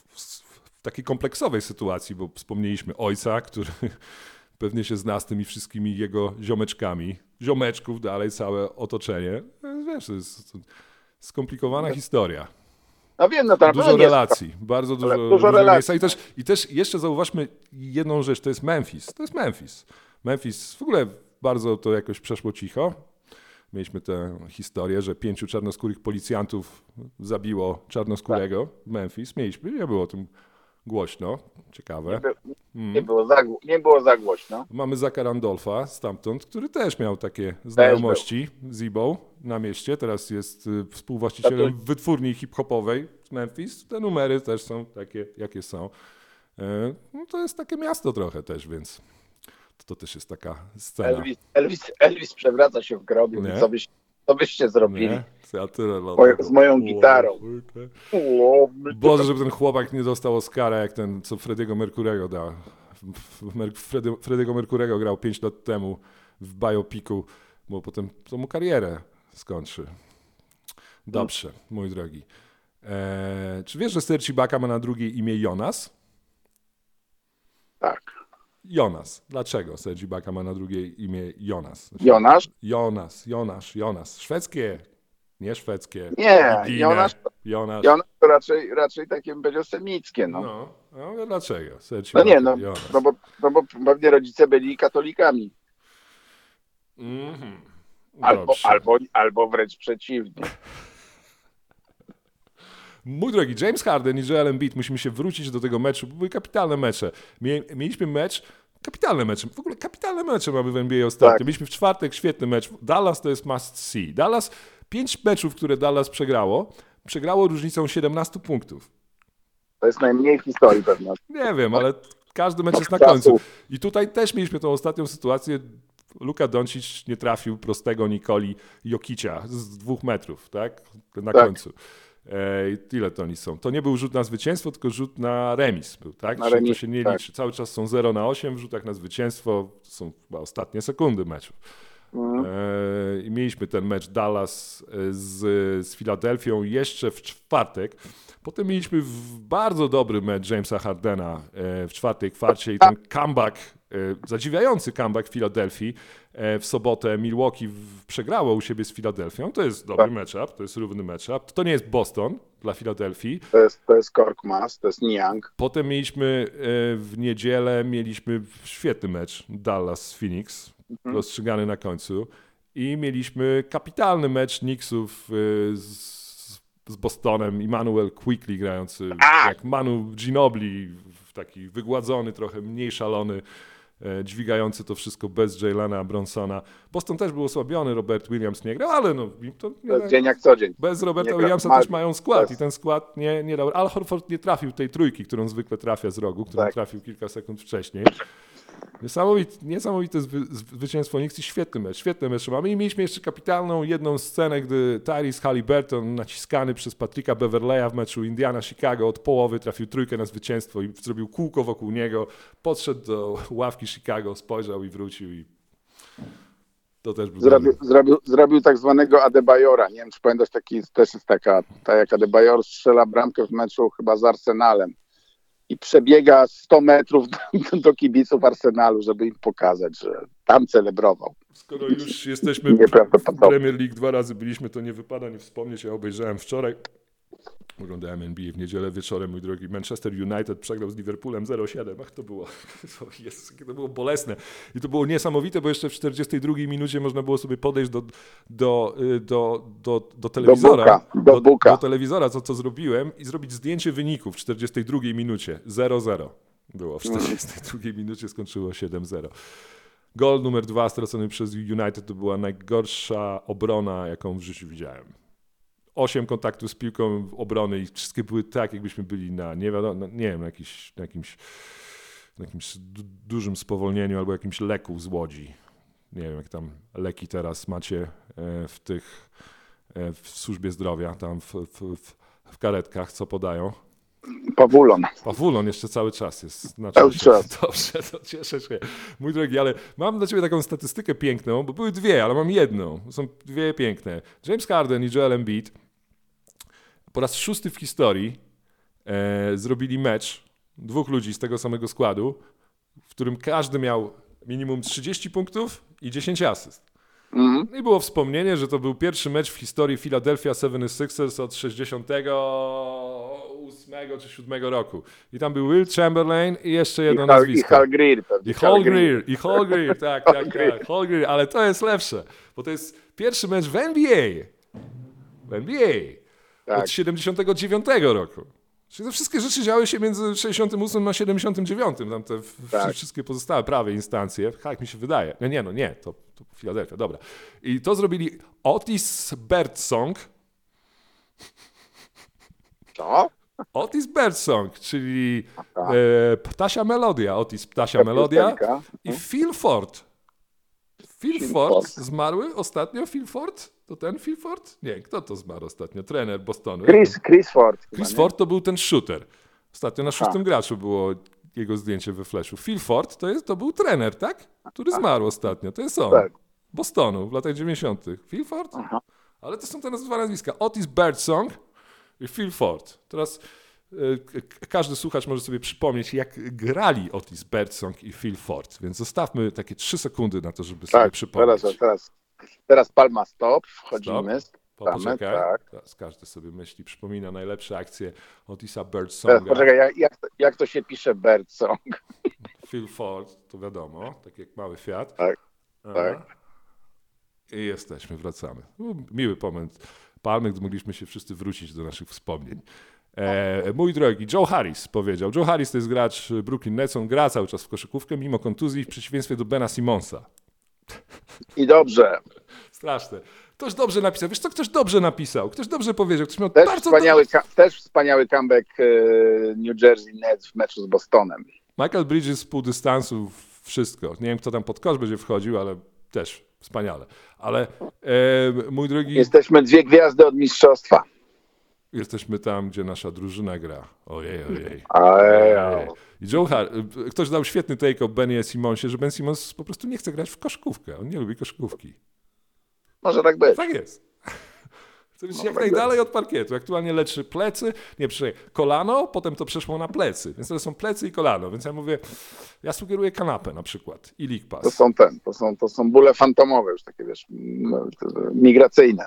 Speaker 4: w takiej kompleksowej sytuacji, bo wspomnieliśmy ojca, który pewnie się zna z tymi wszystkimi jego ziomeczkami, ziomeczków, dalej całe otoczenie. Wiesz, to jest skomplikowana historia.
Speaker 3: No wiem, no to na
Speaker 4: Dużo
Speaker 3: pewno nie jest-
Speaker 4: relacji, bardzo dużo,
Speaker 3: dużo
Speaker 4: dużo
Speaker 3: relacji.
Speaker 4: miejsca. I też, I też jeszcze zauważmy jedną rzecz, to jest Memphis. To jest Memphis. Memphis w ogóle bardzo to jakoś przeszło cicho. Mieliśmy tę historię, że pięciu czarnoskórych policjantów zabiło czarnoskórego w Memphis. Mieliśmy, nie było o tym głośno, ciekawe.
Speaker 3: Nie, by, nie, było za, gło- nie było za głośno.
Speaker 4: Mamy Zacka Randolpha stamtąd, który też miał takie znajomości z Ebą na mieście. Teraz jest y, współwłaścicielem
Speaker 3: Znaczy-
Speaker 4: wytwórni hip-hopowej z Memphis. Te numery też są takie, jakie są. E, No to jest takie miasto trochę też, więc to, to też jest taka scena.
Speaker 3: Elvis, Elvis, Elvis przewraca się w grobie.
Speaker 4: Nie?
Speaker 3: Co, byś, co byście zrobili?
Speaker 4: Nie? Ja tyle lat
Speaker 3: Moje-
Speaker 4: temu.
Speaker 3: z moją
Speaker 4: O,
Speaker 3: gitarą.
Speaker 4: kurde.
Speaker 3: O, my-
Speaker 4: Boże, żeby ten chłopak nie dostał Oscara, jak ten, co Frediego Mercurego dał. Mer- Fredy, Frediego Mercurego grał pięć lat temu w biopiku, bo potem to mu karierę skończy. Dobrze, mój drogi. Eee, czy wiesz, że Serge Ibaka ma na drugie imię Jonas?
Speaker 3: Tak.
Speaker 4: Jonas. Dlaczego Serge Ibaka ma na drugie imię Jonas?
Speaker 3: Jonasz?
Speaker 4: Jonas, Jonasz, Jonas. Szwedzkie, nie szwedzkie.
Speaker 3: Nie,
Speaker 4: Biblijne.
Speaker 3: Jonasz,
Speaker 4: Jonasz.
Speaker 3: Jonasz to raczej, raczej takie bym powiedział semickie. No,
Speaker 4: No, no ale dlaczego? Serge
Speaker 3: no nie,
Speaker 4: Ibaka,
Speaker 3: no,
Speaker 4: Jonas.
Speaker 3: no, bo, no bo pewnie rodzice byli katolikami.
Speaker 4: Mhm.
Speaker 3: Albo,
Speaker 4: Dobrze.
Speaker 3: albo, albo wręcz przeciwnie.
Speaker 4: Mój drogi, James Harden i Joel Embiid, musimy się wrócić do tego meczu, bo były kapitalne mecze. Mie- Mieliśmy mecz, kapitalne mecze, w ogóle kapitalne mecze mamy w N B A ostatnio.
Speaker 3: Tak.
Speaker 4: Mieliśmy w czwartek świetny mecz. Dallas to jest must see. Dallas, pięć meczów, które Dallas przegrało, przegrało różnicą siedemnastu punktów.
Speaker 3: To jest najmniej w historii pewnie.
Speaker 4: Nie wiem, ale każdy mecz jest na
Speaker 3: Czasu.
Speaker 4: końcu. I tutaj też mieliśmy tą ostatnią sytuację. Luka Doncic nie trafił prostego Nikoli Jokicia z dwóch metrów, tak? Na
Speaker 3: Tak.
Speaker 4: końcu. Ej, ile to oni są? To nie był rzut na zwycięstwo, tylko rzut na remis był, tak?
Speaker 3: Na
Speaker 4: Czyli
Speaker 3: remis,
Speaker 4: to się nie
Speaker 3: tak.
Speaker 4: liczy. Cały czas są zero na osiem w rzutach na zwycięstwo. To są chyba ostatnie sekundy meczu.
Speaker 3: Mhm.
Speaker 4: Ej, I mieliśmy ten mecz Dallas z, z Filadelfią jeszcze w czwartek. Potem mieliśmy w bardzo dobry mecz Jamesa Hardena e, w czwartej kwarcie i ten comeback, e, zadziwiający comeback Filadelfii e, w sobotę. Milwaukee w- przegrało u siebie z Filadelfią. To jest dobry
Speaker 3: Tak.
Speaker 4: matchup, to jest równy matchup. To nie jest Boston dla Filadelfii.
Speaker 3: To jest, to jest Korkmaz, to jest Niang.
Speaker 4: Potem mieliśmy e, w niedzielę mieliśmy świetny mecz Dallas z Phoenix,
Speaker 3: Mhm.
Speaker 4: rozstrzygany na końcu. I mieliśmy kapitalny mecz Knicksów e, z, z Bostonem. Immanuel Quickley grający
Speaker 3: A!
Speaker 4: jak Manu Ginobili, w taki wygładzony, trochę mniej szalony dźwigający to wszystko bez Jalena Bronsona. Boston też był osłabiony, Robert Williams nie grał, ale no, to nie,
Speaker 3: To dzień jak co dzień.
Speaker 4: bez Roberta
Speaker 3: Nie
Speaker 4: Williamsa
Speaker 3: gra-
Speaker 4: też mają skład
Speaker 3: bez-
Speaker 4: i ten skład nie, nie dał. Al Horford nie trafił tej trójki, którą zwykle trafia z rogu, którą
Speaker 3: Tak.
Speaker 4: trafił kilka sekund wcześniej. Niesamowite, niesamowite zwy, zwycięstwo Knicks i świetny mecz, świetny mecz mamy i mieliśmy jeszcze kapitalną jedną scenę, gdy Tyrese Haliburton naciskany przez Patricka Beverleya w meczu Indiana-Chicago od połowy trafił trójkę na zwycięstwo i zrobił kółko wokół niego, podszedł do ławki Chicago, spojrzał i wrócił i to też był
Speaker 3: Zrobił,
Speaker 4: dobry.
Speaker 3: zrobił, zrobił tak zwanego Adebayora. Nie wiem, czy pamiętasz, taki też jest taka, tak jak Adebayor strzela bramkę w meczu chyba z Arsenalem i przebiega sto metrów do, do kibiców Arsenalu, żeby im pokazać, że tam celebrował.
Speaker 4: Skoro już jesteśmy w
Speaker 3: Nieprawdopodobne.
Speaker 4: Premier League, dwa razy byliśmy, to nie wypada nie wspomnieć, ja obejrzałem wczoraj, oglądałem N B A w niedzielę wieczorem, mój drogi, Manchester United przegrał z Liverpoolem zero siedem, ach to było, to, jest, jakie to było bolesne i to było niesamowite, bo jeszcze w czterdziestej drugiej minucie można było sobie podejść do, do, do, do, do telewizora,
Speaker 3: buka, do buka.
Speaker 4: do telewizora, co, co zrobiłem i zrobić zdjęcie wyniku w czterdziestej drugiej minucie, zero zero było, w czterdziestej drugiej minucie skończyło siedem zero. Gol numer dwa stracony przez United to była najgorsza obrona, jaką w życiu widziałem. Osiem kontaktów z piłką obrony i wszystkie były tak, jakbyśmy byli na, nie wiadomo, nie wiem, na, jakiś, na jakimś, na jakimś du- dużym spowolnieniu albo jakimś leku z Łodzi. Nie wiem, jak tam leki teraz macie e, w tych, e, w służbie zdrowia, tam w, w, w, w karetkach, co podają.
Speaker 3: Pawulon.
Speaker 4: Pawulon jeszcze cały czas jest. Znaczy,
Speaker 3: Cały czas.
Speaker 4: Dobrze, to cieszę się. Mój drogi, ale mam dla ciebie taką statystykę piękną, bo były dwie, ale mam jedną. Są dwie piękne. James Harden i Joel Embiid po raz szósty w historii e, zrobili mecz dwóch ludzi z tego samego składu, w którym każdy miał minimum trzydzieści punktów i dziesięć asyst.
Speaker 3: Mhm.
Speaker 4: No i było wspomnienie, że to był pierwszy mecz w historii Philadelphia seventy-sixers od sześćdziesiątego ósmego czy siódmego roku. I tam był Will Chamberlain i jeszcze
Speaker 3: I
Speaker 4: jedno
Speaker 3: Hal, i
Speaker 4: nazwisko.
Speaker 3: Hal Greer. pewnie.
Speaker 4: I Hall
Speaker 3: Hal Greer.
Speaker 4: Greer, i Hall Greer, tak, tak, tak, Hall Greer, ale to jest lepsze, bo to jest pierwszy mecz w N B A. W N B A.
Speaker 3: Tak.
Speaker 4: Od siedemdziesiątego dziewiątego roku. Czyli te wszystkie rzeczy działy się między sześćdziesiątym ósmym a siedemdziesiątym dziewiątym. Tam te w-
Speaker 3: Tak.
Speaker 4: wszystkie pozostałe prawe instancje. Tak mi się wydaje. Nie, nie, no nie, to, to Philadelphia, dobra. I to zrobili Otis Birdsong.
Speaker 3: Co?
Speaker 4: Otis Birdsong, czyli
Speaker 3: Aha.
Speaker 4: e, Ptasia Melodia. Otis Ptasia
Speaker 3: Ta
Speaker 4: Melodia
Speaker 3: piosenka.
Speaker 4: i Phil Ford. Phil
Speaker 3: Phil
Speaker 4: Ford
Speaker 3: Ford.
Speaker 4: zmarły ostatnio? Phil Ford? To ten Phil Ford? Nie, kto to zmarł ostatnio? Trener Bostonu.
Speaker 3: Chris, Chris Ford. chyba,
Speaker 4: Chris
Speaker 3: nie?
Speaker 4: Ford to był ten shooter. Ostatnio na szóstym graczu było jego zdjęcie we flashu. Phil Ford to, jest, to był trener, tak? Który zmarł ostatnio. To jest on.
Speaker 3: Tak.
Speaker 4: Bostonu w latach dziewięćdziesiątych. Phil Ford?
Speaker 3: Aha.
Speaker 4: Ale to są teraz dwa nazwiska. Otis Birdsong i Phil Ford. Teraz y, k- każdy słuchacz może sobie przypomnieć, jak grali Otis Birdsong i Phil Ford. Więc zostawmy takie trzy sekundy na to, żeby sobie
Speaker 3: Tak,
Speaker 4: przypomnieć.
Speaker 3: teraz, teraz, teraz palma stop, wchodzimy,
Speaker 4: Po,
Speaker 3: stamy,
Speaker 4: poczekaj.
Speaker 3: tak.
Speaker 4: Teraz każdy sobie myśli, przypomina najlepsze akcje Otisa
Speaker 3: Teraz
Speaker 4: Birdsonga.
Speaker 3: poczekaj, jak, jak, to, jak to się pisze Birdsong?
Speaker 4: Phil Ford, to wiadomo, tak jak mały Fiat.
Speaker 3: Tak,
Speaker 4: Aha.
Speaker 3: tak.
Speaker 4: I jesteśmy, wracamy. Był miły moment palmy, gdy mogliśmy się wszyscy wrócić do naszych wspomnień. E, mój drogi, Joe Harris powiedział. Joe Harris to jest gracz Brooklyn Nets, on gra cały czas w koszykówkę mimo kontuzji w przeciwieństwie do Bena Simonsa.
Speaker 3: I dobrze.
Speaker 4: Straszne. Ktoś dobrze napisał. Wiesz co, ktoś dobrze napisał. Ktoś dobrze powiedział. Ktoś miał
Speaker 3: Też
Speaker 4: bardzo
Speaker 3: wspaniały, ka- też wspaniały comeback e, New Jersey Nets w meczu z Bostonem.
Speaker 4: Michael Bridges z pół dystansu, wszystko. Nie wiem, kto tam pod kosz będzie wchodził, ale też wspaniale. Ale e, mój drogi,
Speaker 3: Jesteśmy dwie gwiazdy od mistrzostwa.
Speaker 4: jesteśmy tam, gdzie nasza drużyna gra. Ojej, ojej.
Speaker 3: Ojej.
Speaker 4: ojej. I Joe Har- ktoś dał świetny take o Benie Simonsie, że Ben Simmons po prostu nie chce grać w koszykówkę. On nie lubi koszykówki.
Speaker 3: Może tak być.
Speaker 4: Tak jest. Chce być
Speaker 3: No,
Speaker 4: jak
Speaker 3: tak
Speaker 4: najdalej od parkietu. Aktualnie leczy plecy, nie, przecież kolano, potem to przeszło na plecy. Więc to są plecy i kolano. Więc ja mówię, ja sugeruję kanapę na przykład i League
Speaker 3: To
Speaker 4: Pass.
Speaker 3: są ten, to są, to są bóle fantomowe już takie, wiesz, m- migracyjne.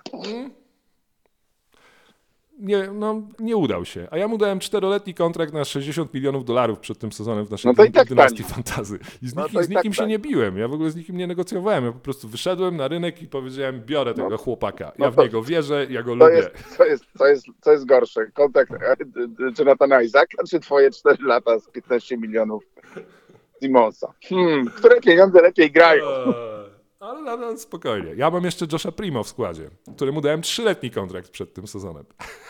Speaker 4: Nie, no, nie udał się. A ja mu dałem czteroletni kontrakt na sześćdziesiąt milionów dolarów przed tym sezonem w naszej
Speaker 3: No to i tak
Speaker 4: dynastii
Speaker 3: tanio.
Speaker 4: fantazy. I z,
Speaker 3: No
Speaker 4: nikim,
Speaker 3: to i
Speaker 4: z nikim
Speaker 3: tak
Speaker 4: się
Speaker 3: tanio.
Speaker 4: nie biłem. Ja w ogóle z nikim nie negocjowałem. Ja po prostu wyszedłem na rynek i powiedziałem, biorę tego chłopaka. Ja
Speaker 3: no
Speaker 4: w
Speaker 3: to-
Speaker 4: niego wierzę, ja go
Speaker 3: To
Speaker 4: lubię.
Speaker 3: jest, to, jest, to, jest, to jest gorsze. Kontakt e, Jonathana Isaaca, czy twoje cztery lata z piętnaście milionów Simonsa. Hmm, które pieniądze lepiej grają?
Speaker 4: Eee, ale no, no, spokojnie. Ja mam jeszcze Josha Primo w składzie, któremu dałem trzyletni kontrakt przed tym sezonem.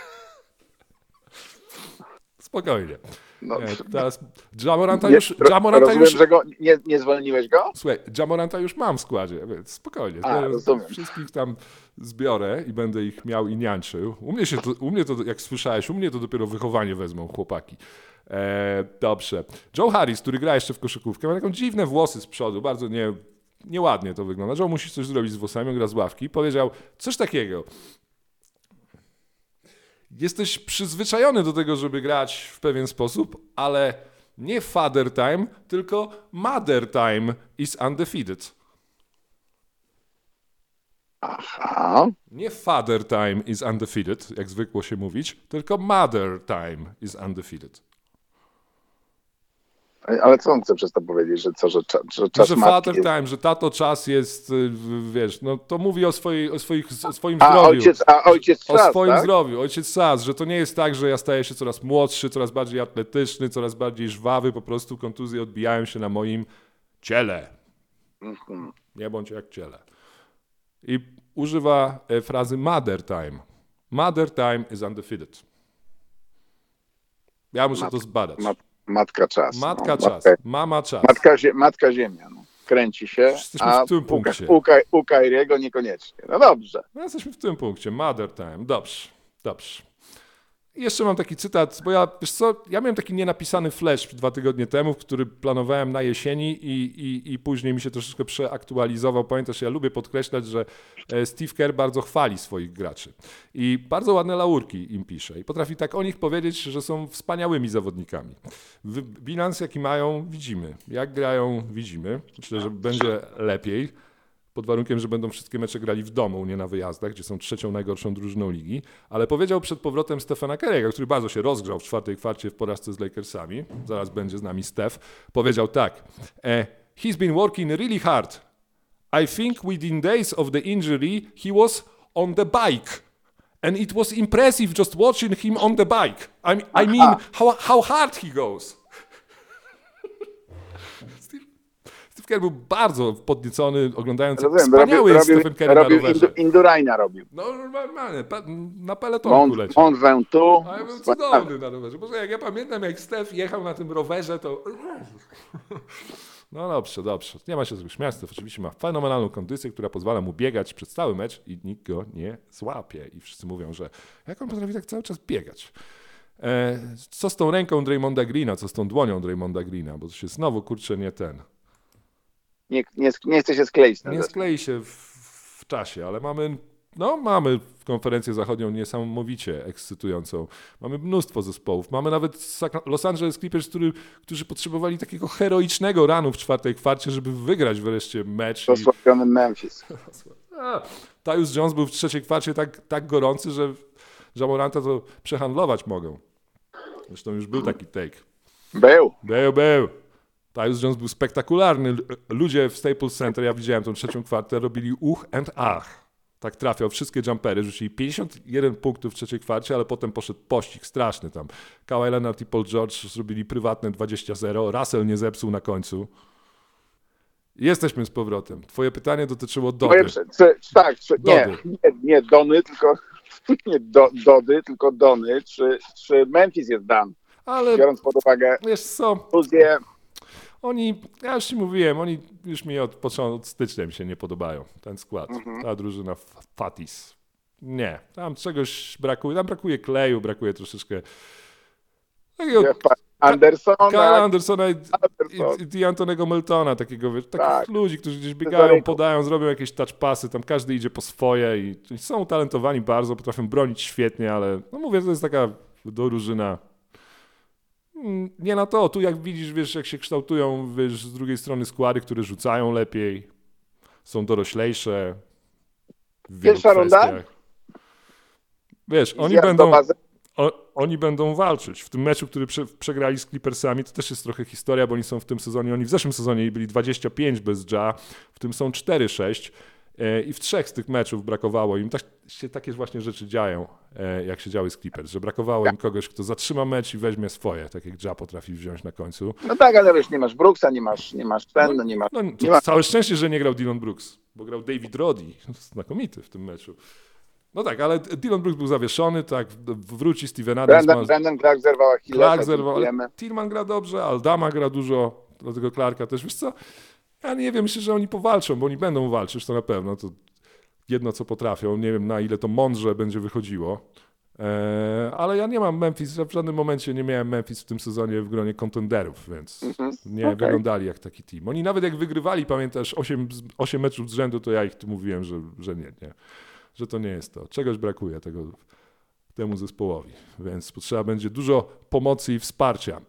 Speaker 4: Spokojnie.
Speaker 3: No,
Speaker 4: Nie, teraz Jamoranta
Speaker 3: nie,
Speaker 4: już... Jamoranta
Speaker 3: rozumiem,
Speaker 4: już
Speaker 3: że go nie, nie zwolniłeś go?
Speaker 4: słuchaj, Jamoranta już mam w składzie, więc spokojnie.
Speaker 3: A,
Speaker 4: Ja
Speaker 3: rozumiem.
Speaker 4: wszystkich tam zbiorę i będę ich miał i niańczył. U mnie, się to, u mnie to, jak słyszałeś, u mnie to dopiero wychowanie wezmą chłopaki. E, dobrze. Joe Harris, który gra jeszcze w koszykówkę, ma taką dziwne włosy z przodu, bardzo nie, nieładnie to wygląda. Joe musi coś zrobić z włosami, on gra z ławki. Powiedział coś takiego. Jesteś przyzwyczajony do tego, żeby grać w pewien sposób, ale nie father time, tylko mother time is undefeated.
Speaker 3: Aha.
Speaker 4: Nie father time is undefeated, jak zwykło się mówić, tylko mother time is undefeated.
Speaker 3: Ale co on chce przez to powiedzieć, że co, że, cza, że czas
Speaker 4: Że
Speaker 3: matki
Speaker 4: father
Speaker 3: jest...
Speaker 4: time, że tato czas jest, y, wiesz, no to mówi o, swojej, o, swoich, o swoim
Speaker 3: A
Speaker 4: zdrowiu.
Speaker 3: ojciec, a ojciec
Speaker 4: O
Speaker 3: czas,
Speaker 4: swoim
Speaker 3: tak?
Speaker 4: zdrowiu, ojciec Saz, że to nie jest tak, że ja staję się coraz młodszy, coraz bardziej atletyczny, coraz bardziej żwawy, po prostu kontuzje odbijają się na moim ciele.
Speaker 3: Mhm.
Speaker 4: Nie bądź jak ciele. I używa e, frazy mother time. Mother time is undefeated. Ja muszę
Speaker 3: Mat-
Speaker 4: to zbadać.
Speaker 3: Mat, matka czas.
Speaker 4: Matka
Speaker 3: no,
Speaker 4: czas,
Speaker 3: matka,
Speaker 4: mama czas.
Speaker 3: matka, zie, matka ziemia. No. Kręci się,
Speaker 4: Jesteśmy
Speaker 3: a
Speaker 4: w tym
Speaker 3: u,
Speaker 4: punkcie.
Speaker 3: u, Ka- u Kairiego niekoniecznie. No dobrze.
Speaker 4: No, jesteśmy w tym punkcie. Mother time. Dobrze, dobrze. I jeszcze mam taki cytat, bo ja, wiesz co, ja miałem taki nienapisany flash dwa tygodnie temu, który planowałem na jesieni i, i, i później mi się troszeczkę przeaktualizował. Pamiętasz, ja lubię podkreślać, że Steve Kerr bardzo chwali swoich graczy i bardzo ładne laurki im pisze i potrafi tak o nich powiedzieć, że są wspaniałymi zawodnikami. Bilans jaki mają, widzimy. Jak grają, widzimy. Myślę, że będzie lepiej. Pod warunkiem, że będą wszystkie mecze grali w domu, nie na wyjazdach, gdzie są trzecią najgorszą drużyną ligi. Ale powiedział przed powrotem Stephena Curry'ego, który bardzo się rozgrzał w czwartej kwarcie w porażce z Lakersami. Zaraz będzie z nami Steph. Powiedział tak. He's been working really hard. I think within days of the injury he was on the bike. And it was impressive just watching him on the bike. I, I mean, how, how hard he goes. Steve Kerr był bardzo podniecony, oglądając
Speaker 3: Rozumiem,
Speaker 4: wspaniały jest
Speaker 3: robił,
Speaker 4: Stephen Curry
Speaker 3: robił
Speaker 4: na rowerze.
Speaker 3: indu, Induraina robił.
Speaker 4: No normalnie, na peletonku
Speaker 3: Mont,
Speaker 4: leciał.
Speaker 3: Mont Ventoux.
Speaker 4: Ale był cudowny na rowerze. Boże, jak ja pamiętam, jak Steph jechał na tym rowerze, to... No dobrze, dobrze. Nie ma się czego śmiać. Steph oczywiście ma fenomenalną kondycję, która pozwala mu biegać przez cały mecz i nikt go nie złapie. I wszyscy mówią, że jak on potrafi tak cały czas biegać? E, co z tą ręką Draymonda Greena, co z tą dłonią Draymonda Greena? Bo to się znowu, kurczę, nie ten...
Speaker 3: Nie, nie, nie chce się skleić.
Speaker 4: Nie sklei się w, w czasie, ale mamy, no mamy konferencję zachodnią niesamowicie ekscytującą. Mamy mnóstwo zespołów. Mamy nawet Los Angeles Clippers, który, którzy potrzebowali takiego heroicznego runu w czwartej kwarcie, żeby wygrać wreszcie mecz.
Speaker 3: Dosławiony Memphis.
Speaker 4: A, Tyus Jones był w trzeciej kwarcie tak, tak gorący, że Jamoranta to przehandlować mogą. Zresztą już był taki take.
Speaker 3: Był.
Speaker 4: Był, był. Tyus Jones był spektakularny. Ludzie w Staples Center, ja widziałem tą trzecią kwartę, robili uch and ach. Tak trafiał, wszystkie jumpery, rzucili pięćdziesiąt jeden punktów w trzeciej kwarcie, ale potem poszedł pościg straszny tam. Kawhi Leonard i Paul George zrobili prywatne dwadzieścia zero, Russell nie zepsuł na końcu. Jesteśmy z powrotem. Twoje pytanie dotyczyło Dody.
Speaker 3: Moje, czy, tak, czy, nie, nie, nie Dony, tylko nie do, Dody, tylko Dony. Czy, czy Memphis jest dan?
Speaker 4: Ale
Speaker 3: biorąc pod uwagę
Speaker 4: wiesz co,
Speaker 3: fuzję.
Speaker 4: Oni, ja już ci mówiłem, oni już mi od początku, od stycznia mi się nie podobają, ten skład,
Speaker 3: Mhm.
Speaker 4: ta drużyna Fatis. Nie, tam czegoś brakuje, tam brakuje kleju, brakuje troszeczkę takiego
Speaker 3: Andersona.
Speaker 4: Kyle Andersona i,
Speaker 3: Anderson.
Speaker 4: i, i Antonego Meltona, takiego, wiesz, takich
Speaker 3: Tak.
Speaker 4: ludzi, którzy gdzieś biegają, podają, zrobią jakieś touch passy, tam każdy idzie po swoje i, i są utalentowani bardzo, potrafią bronić świetnie, ale no mówię, to jest taka drużyna. Nie na to. Tu jak widzisz, wiesz, jak się kształtują, wiesz, z drugiej strony składy, które rzucają lepiej, są doroślejsze w wielu
Speaker 3: Pierwsza runda?
Speaker 4: kwestiach. Wiesz, oni
Speaker 3: Zjazd do
Speaker 4: będą,
Speaker 3: bazy.
Speaker 4: o, oni będą walczyć. W tym meczu, który prze, przegrali z Clippersami, to też jest trochę historia, bo oni są w tym sezonie, oni w zeszłym sezonie byli dwadzieścia pięć bez Ja, w tym są cztery sześć. I w trzech z tych meczów brakowało im, tak się takie właśnie rzeczy dzieją, jak się działy z Clippers, że brakowało im kogoś, kto zatrzyma mecz i weźmie swoje, tak jak Ja potrafi wziąć na końcu.
Speaker 3: No tak, ale wiesz, nie masz Brooksa, nie masz, nie masz ten, no, nie masz...
Speaker 4: No,
Speaker 3: nie ma...
Speaker 4: Całe szczęście, że nie grał Dillon Brooks, bo grał David Roddy, znakomity w tym meczu. No tak, ale Dillon Brooks był zawieszony, tak, wróci Steven Adams.
Speaker 3: Brandon, Brandon Clark zerwał Achillesa.
Speaker 4: Clark zerwał, ale Tillman gra dobrze, Aldama gra dużo, dlatego Clarka też, wiesz co, ja nie wiem, myślę, że oni powalczą, bo oni będą walczyć, to na pewno, to jedno co potrafią, nie wiem na ile to mądrze będzie wychodziło, eee, ale ja nie mam Memphis, ja w żadnym momencie nie miałem Memphis w tym sezonie w gronie kontenderów, więc mm-hmm. nie okay. wyglądali jak taki team. Oni nawet jak wygrywali, pamiętasz, osiem meczów z rzędu, to ja ich tu mówiłem, że, że nie, nie, że to nie jest to. Czegoś brakuje tego, temu zespołowi, więc potrzeba będzie dużo pomocy i wsparcia.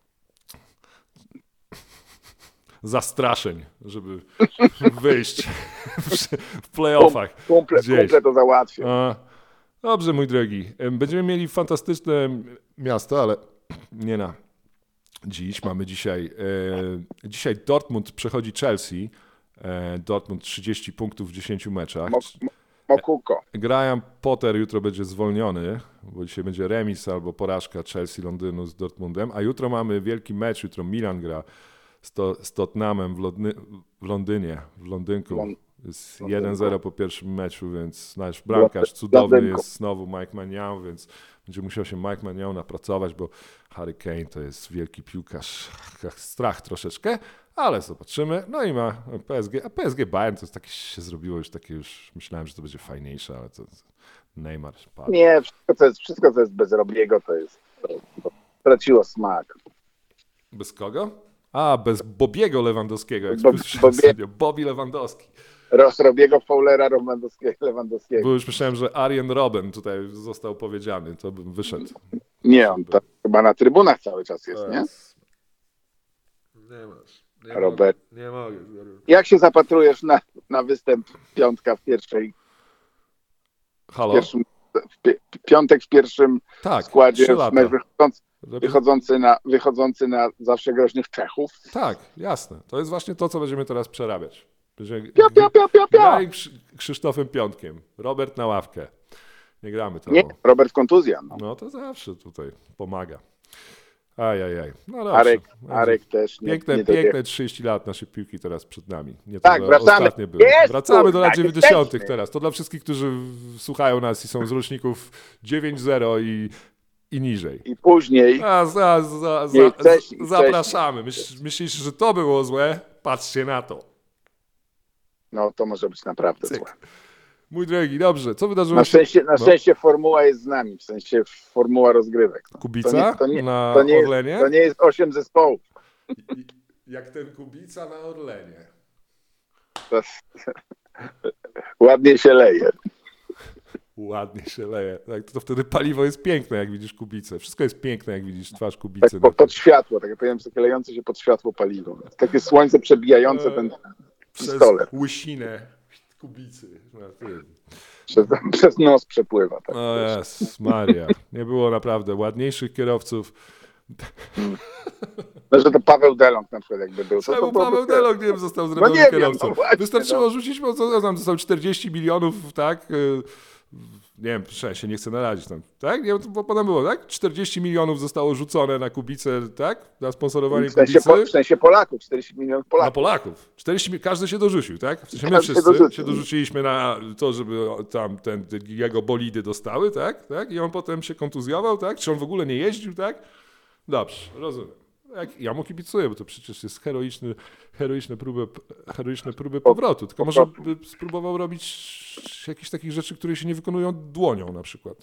Speaker 4: Zastraszeń, żeby wyjść w playoffach.
Speaker 3: Kumple, kumple to załatwię.
Speaker 4: A, dobrze, mój drogi. Będziemy mieli fantastyczne miasto, ale nie na dziś. Mamy dzisiaj... E, dzisiaj Dortmund przechodzi Chelsea. E, Dortmund trzydzieści punktów w dziesięciu meczach.
Speaker 3: Mo, mo, mokuko.
Speaker 4: Graham Potter jutro będzie zwolniony, bo dzisiaj będzie remis albo porażka Chelsea Londynu z Dortmundem, a jutro mamy wielki mecz. Jutro Milan gra z, to, z Tottenhamem w, Lodny, w Londynie, w Londynku. Jest jeden zero po pierwszym meczu, więc nasz bramkarz cudowny jest znowu Mike Maignan, więc będzie musiał się Mike Maignan napracować, bo Harry Kane to jest wielki piłkarz, strach troszeczkę, ale zobaczymy. No i ma P S G, a P S G Bayern to jest takie się zrobiło już takie już, myślałem, że to będzie fajniejsze, ale to, to Neymar padł.
Speaker 3: Nie, wszystko co jest, wszystko co jest bez Robiego to jest, to, to straciło smak.
Speaker 4: Bez kogo? A, bez Bobiego Lewandowskiego, jak
Speaker 3: Bob,
Speaker 4: Bobie... Bobby Lewandowski.
Speaker 3: Roz Robiego, Fowlera, Lewandowskiego.
Speaker 4: Bo już myślałem, że Arjen Robben tutaj został powiedziany, to bym wyszedł.
Speaker 3: Nie, on to chyba na trybunach cały czas jest, nie?
Speaker 4: Nie masz. Nie
Speaker 3: Robert.
Speaker 4: Mogę, nie mogę.
Speaker 3: Jak się zapatrujesz na, na występ piątka w pierwszej...
Speaker 4: Halo?
Speaker 3: W pierwszym, w pi, piątek w pierwszym
Speaker 4: tak,
Speaker 3: składzie, wychodzący, wychodzący, na, wychodzący na zawsze groźnych Czechów.
Speaker 4: Tak, jasne. To jest właśnie to, co będziemy teraz przerabiać.
Speaker 3: Pio, pio, pio, pio, pio.
Speaker 4: Graj Krzysztofem Piątkiem. Robert na ławkę. Nie gramy to.
Speaker 3: Nie, Robert kontuzja. No,
Speaker 4: no to zawsze tutaj pomaga. Ajajaj. No dobrze.
Speaker 3: Arek, Arek też. Nie,
Speaker 4: piękne,
Speaker 3: nie
Speaker 4: piękne trzydzieści lat naszej piłki teraz przed nami. Nie
Speaker 3: tak,
Speaker 4: to,
Speaker 3: wracamy.
Speaker 4: Ostatnie były.
Speaker 3: Jest,
Speaker 4: wracamy do lat
Speaker 3: kurwa,
Speaker 4: dziewięćdziesiątych
Speaker 3: jesteśmy.
Speaker 4: teraz. To dla wszystkich, którzy słuchają nas i są z roczników dziewięć zero i, i niżej.
Speaker 3: I później.
Speaker 4: A, za, za, za,
Speaker 3: I wcześniej, i
Speaker 4: zapraszamy. Myśl, myślisz, że to było złe? Patrzcie na to.
Speaker 3: No to może być naprawdę
Speaker 4: Cyk.
Speaker 3: złe.
Speaker 4: Mój drogi, dobrze. Co wydarzyło
Speaker 3: na szczęście,
Speaker 4: się?
Speaker 3: Na szczęście no. formuła jest z nami, w sensie formuła rozgrywek. No.
Speaker 4: Kubica
Speaker 3: to nie, to nie,
Speaker 4: na
Speaker 3: to nie
Speaker 4: Orlenie?
Speaker 3: Jest, to nie jest osiem zespołów.
Speaker 4: Jak ten Kubica na Orlenie.
Speaker 3: To, ładnie się leje.
Speaker 4: Ładnie się leje. Tak, to, to wtedy paliwo jest piękne, jak widzisz Kubicę. Wszystko jest piękne, jak widzisz twarz Kubicy.
Speaker 3: Tak, po, pod światło, tak jak powiem, takie lejące się pod światło paliwo. Takie słońce przebijające ten pistolet.
Speaker 4: Przez łysinę Kubicy.
Speaker 3: Przez, przez nos przepływa. Tak,
Speaker 4: o Jezus Maria. Nie było naprawdę ładniejszych kierowców.
Speaker 3: No, że to Paweł Delong na przykład jakby był.
Speaker 4: Czemu Paweł Delong nie został zrobiony
Speaker 3: no nie
Speaker 4: kierowcą?
Speaker 3: Wiem, no właśnie,
Speaker 4: Wystarczyło
Speaker 3: no.
Speaker 4: rzucić, bo co tam dostał czterdzieści milionów, tak? Nie wiem, się nie chcę narazić tam, tak? Nie wiem, bo potem było, tak? czterdzieści milionów zostało rzucone na Kubicę, tak? Na sponsorowanie
Speaker 3: w sensie,
Speaker 4: Kubicy.
Speaker 3: po, w sensie Polaków, czterdzieści milionów Polaków.
Speaker 4: Na Polaków. czterdzieści, każdy się dorzucił, tak? W sensie my wszyscy się, się dorzuciliśmy na to, żeby tam ten, jego bolidy dostały, tak? tak? I on potem się kontuzjował, tak? Czy on w ogóle nie jeździł, tak? Dobrze, rozumiem. Jak, ja mu kibicuję, bo to przecież jest heroiczny, heroiczne, próby, heroiczne próby powrotu. Tylko może by spróbował robić jakieś takich rzeczy, które się nie wykonują dłonią na przykład.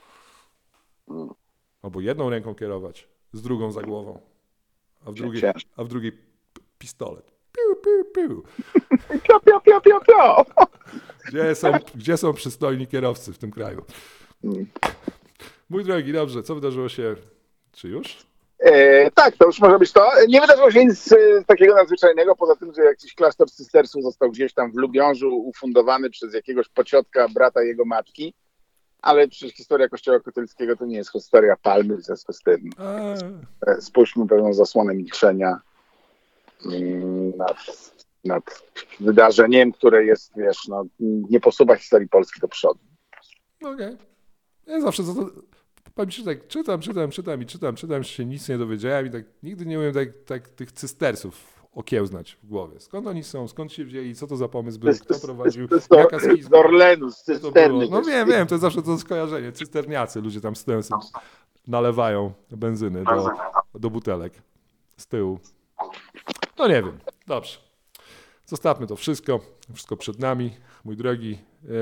Speaker 4: Albo jedną ręką kierować, z drugą za głową, a w drugiej, a w drugiej pistolet. Piu, piu, piu.
Speaker 3: Pio, pio, pio, pio, pio.
Speaker 4: Gdzie są, gdzie są przystojni kierowcy w tym kraju? Mój drogi, dobrze, co wydarzyło się? Czy już?
Speaker 3: E, tak, to już może być to. Nie wydarzyło się nic e, takiego nadzwyczajnego, poza tym, że jakiś klasztor cystersów został gdzieś tam w Lubiążu ufundowany przez jakiegoś pociotka, brata jego matki, ale przecież historia Kościoła katolickiego to nie jest historia palmy, w związku z tym e, spuśćmy pewną zasłonę milczenia nad nad wydarzeniem, które jest, wiesz, no, nie posuwa historii Polski do przodu.
Speaker 4: Okej. Okay. Ja zawsze za to, powiem ci, że tak czytam, czytam, czytam i czytam, czytam, się nic nie dowiedziałem i tak nigdy nie umiem tak, tak tych cystersów okiełznać w głowie. Skąd oni są, skąd się wzięli, co to za pomysł był, kto prowadził, jaka schizma.
Speaker 3: Z Orlenu, z cysterny.
Speaker 4: No wiem, wiem, to jest zawsze to skojarzenie. Cysterniacy, ludzie tam stoją, nalewają benzyny do, do butelek z tyłu. No nie wiem, dobrze. Zostawmy to wszystko, wszystko przed nami, mój drogi.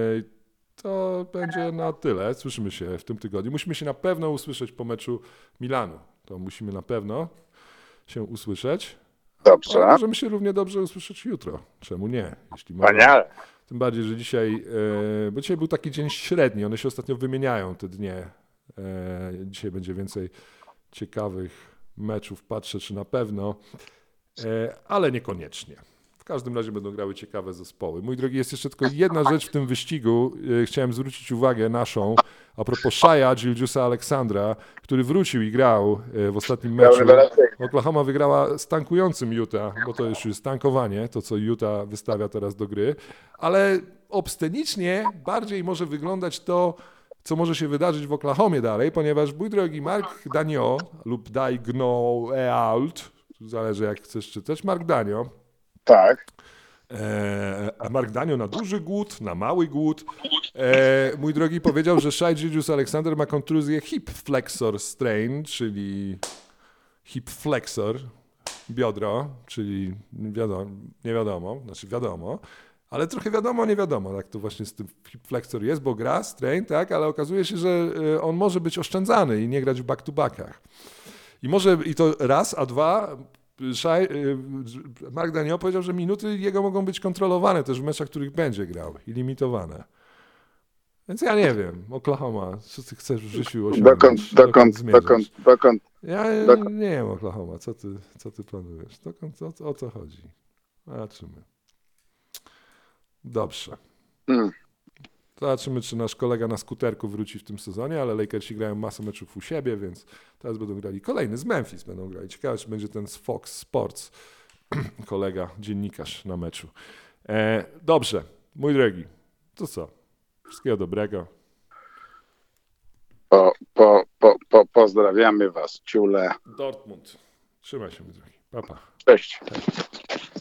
Speaker 4: To będzie na tyle. Słyszymy się w tym tygodniu. Musimy się na pewno usłyszeć po meczu Milanu. To musimy na pewno się usłyszeć.
Speaker 3: Dobrze.
Speaker 4: Ale możemy się równie dobrze usłyszeć jutro. Czemu nie? Jeśli
Speaker 3: Wspaniale.
Speaker 4: Tym bardziej, że dzisiaj, bo dzisiaj był taki dzień średni. One się ostatnio wymieniają, te dnie. Dzisiaj będzie więcej ciekawych meczów. Patrzę, czy na pewno, ale niekoniecznie. W każdym razie będą grały ciekawe zespoły. Mój drogi, jest jeszcze tylko jedna rzecz w tym wyścigu. Chciałem zwrócić uwagę naszą a propos Shai'a Gilgeousa Aleksandra, który wrócił i grał w ostatnim meczu. Oklahoma wygrała z tankującym Utah, bo to już jest tankowanie, to co Utah wystawia teraz do gry, ale obscenicznie bardziej może wyglądać to, co może się wydarzyć w Oklahomie dalej, ponieważ mój drogi Mark Daigneault lub Daigneault, zależy jak chcesz czytać, Mark Daigneault,
Speaker 3: tak.
Speaker 4: E, Mark Daigneault na duży głód, na mały głód. E, mój drogi powiedział, że Shai Gilgeous-Alexander ma kontuzję hip flexor strain, czyli hip flexor, biodro, czyli wiadomo, nie wiadomo, znaczy wiadomo, ale trochę wiadomo, nie wiadomo, jak to właśnie z tym hip flexor jest, bo gra strain, tak, ale okazuje się, że on może być oszczędzany i nie grać w back-to-backach. I może, i to raz, a dwa, Shai, Mark Daigneault powiedział, że minuty jego mogą być kontrolowane też w meczach, których będzie grał i limitowane. Więc ja nie wiem, Oklahoma, co ty chcesz w życiu osiągnąć?
Speaker 3: Dokąd, dokąd, dokąd, dokąd?
Speaker 4: Ja
Speaker 3: dokąd.
Speaker 4: nie wiem, Oklahoma, co ty, co ty planujesz? Dokąd, o, o co chodzi? Zobaczymy. Dobrze.
Speaker 3: Hmm.
Speaker 4: Zobaczymy, czy nasz kolega na skuterku wróci w tym sezonie, ale Lakersi grają masę meczów u siebie, więc teraz będą grali kolejny z Memphis będą grali. Ciekawe, czy będzie ten z Fox Sports, kolega, dziennikarz na meczu. E, dobrze, mój drogi, to co? Wszystkiego dobrego.
Speaker 3: Po, po, po, po, pozdrawiamy was, ciule.
Speaker 4: Dortmund. Trzymaj się, mój drogi. Pa, pa.
Speaker 3: Cześć.
Speaker 4: Cześć.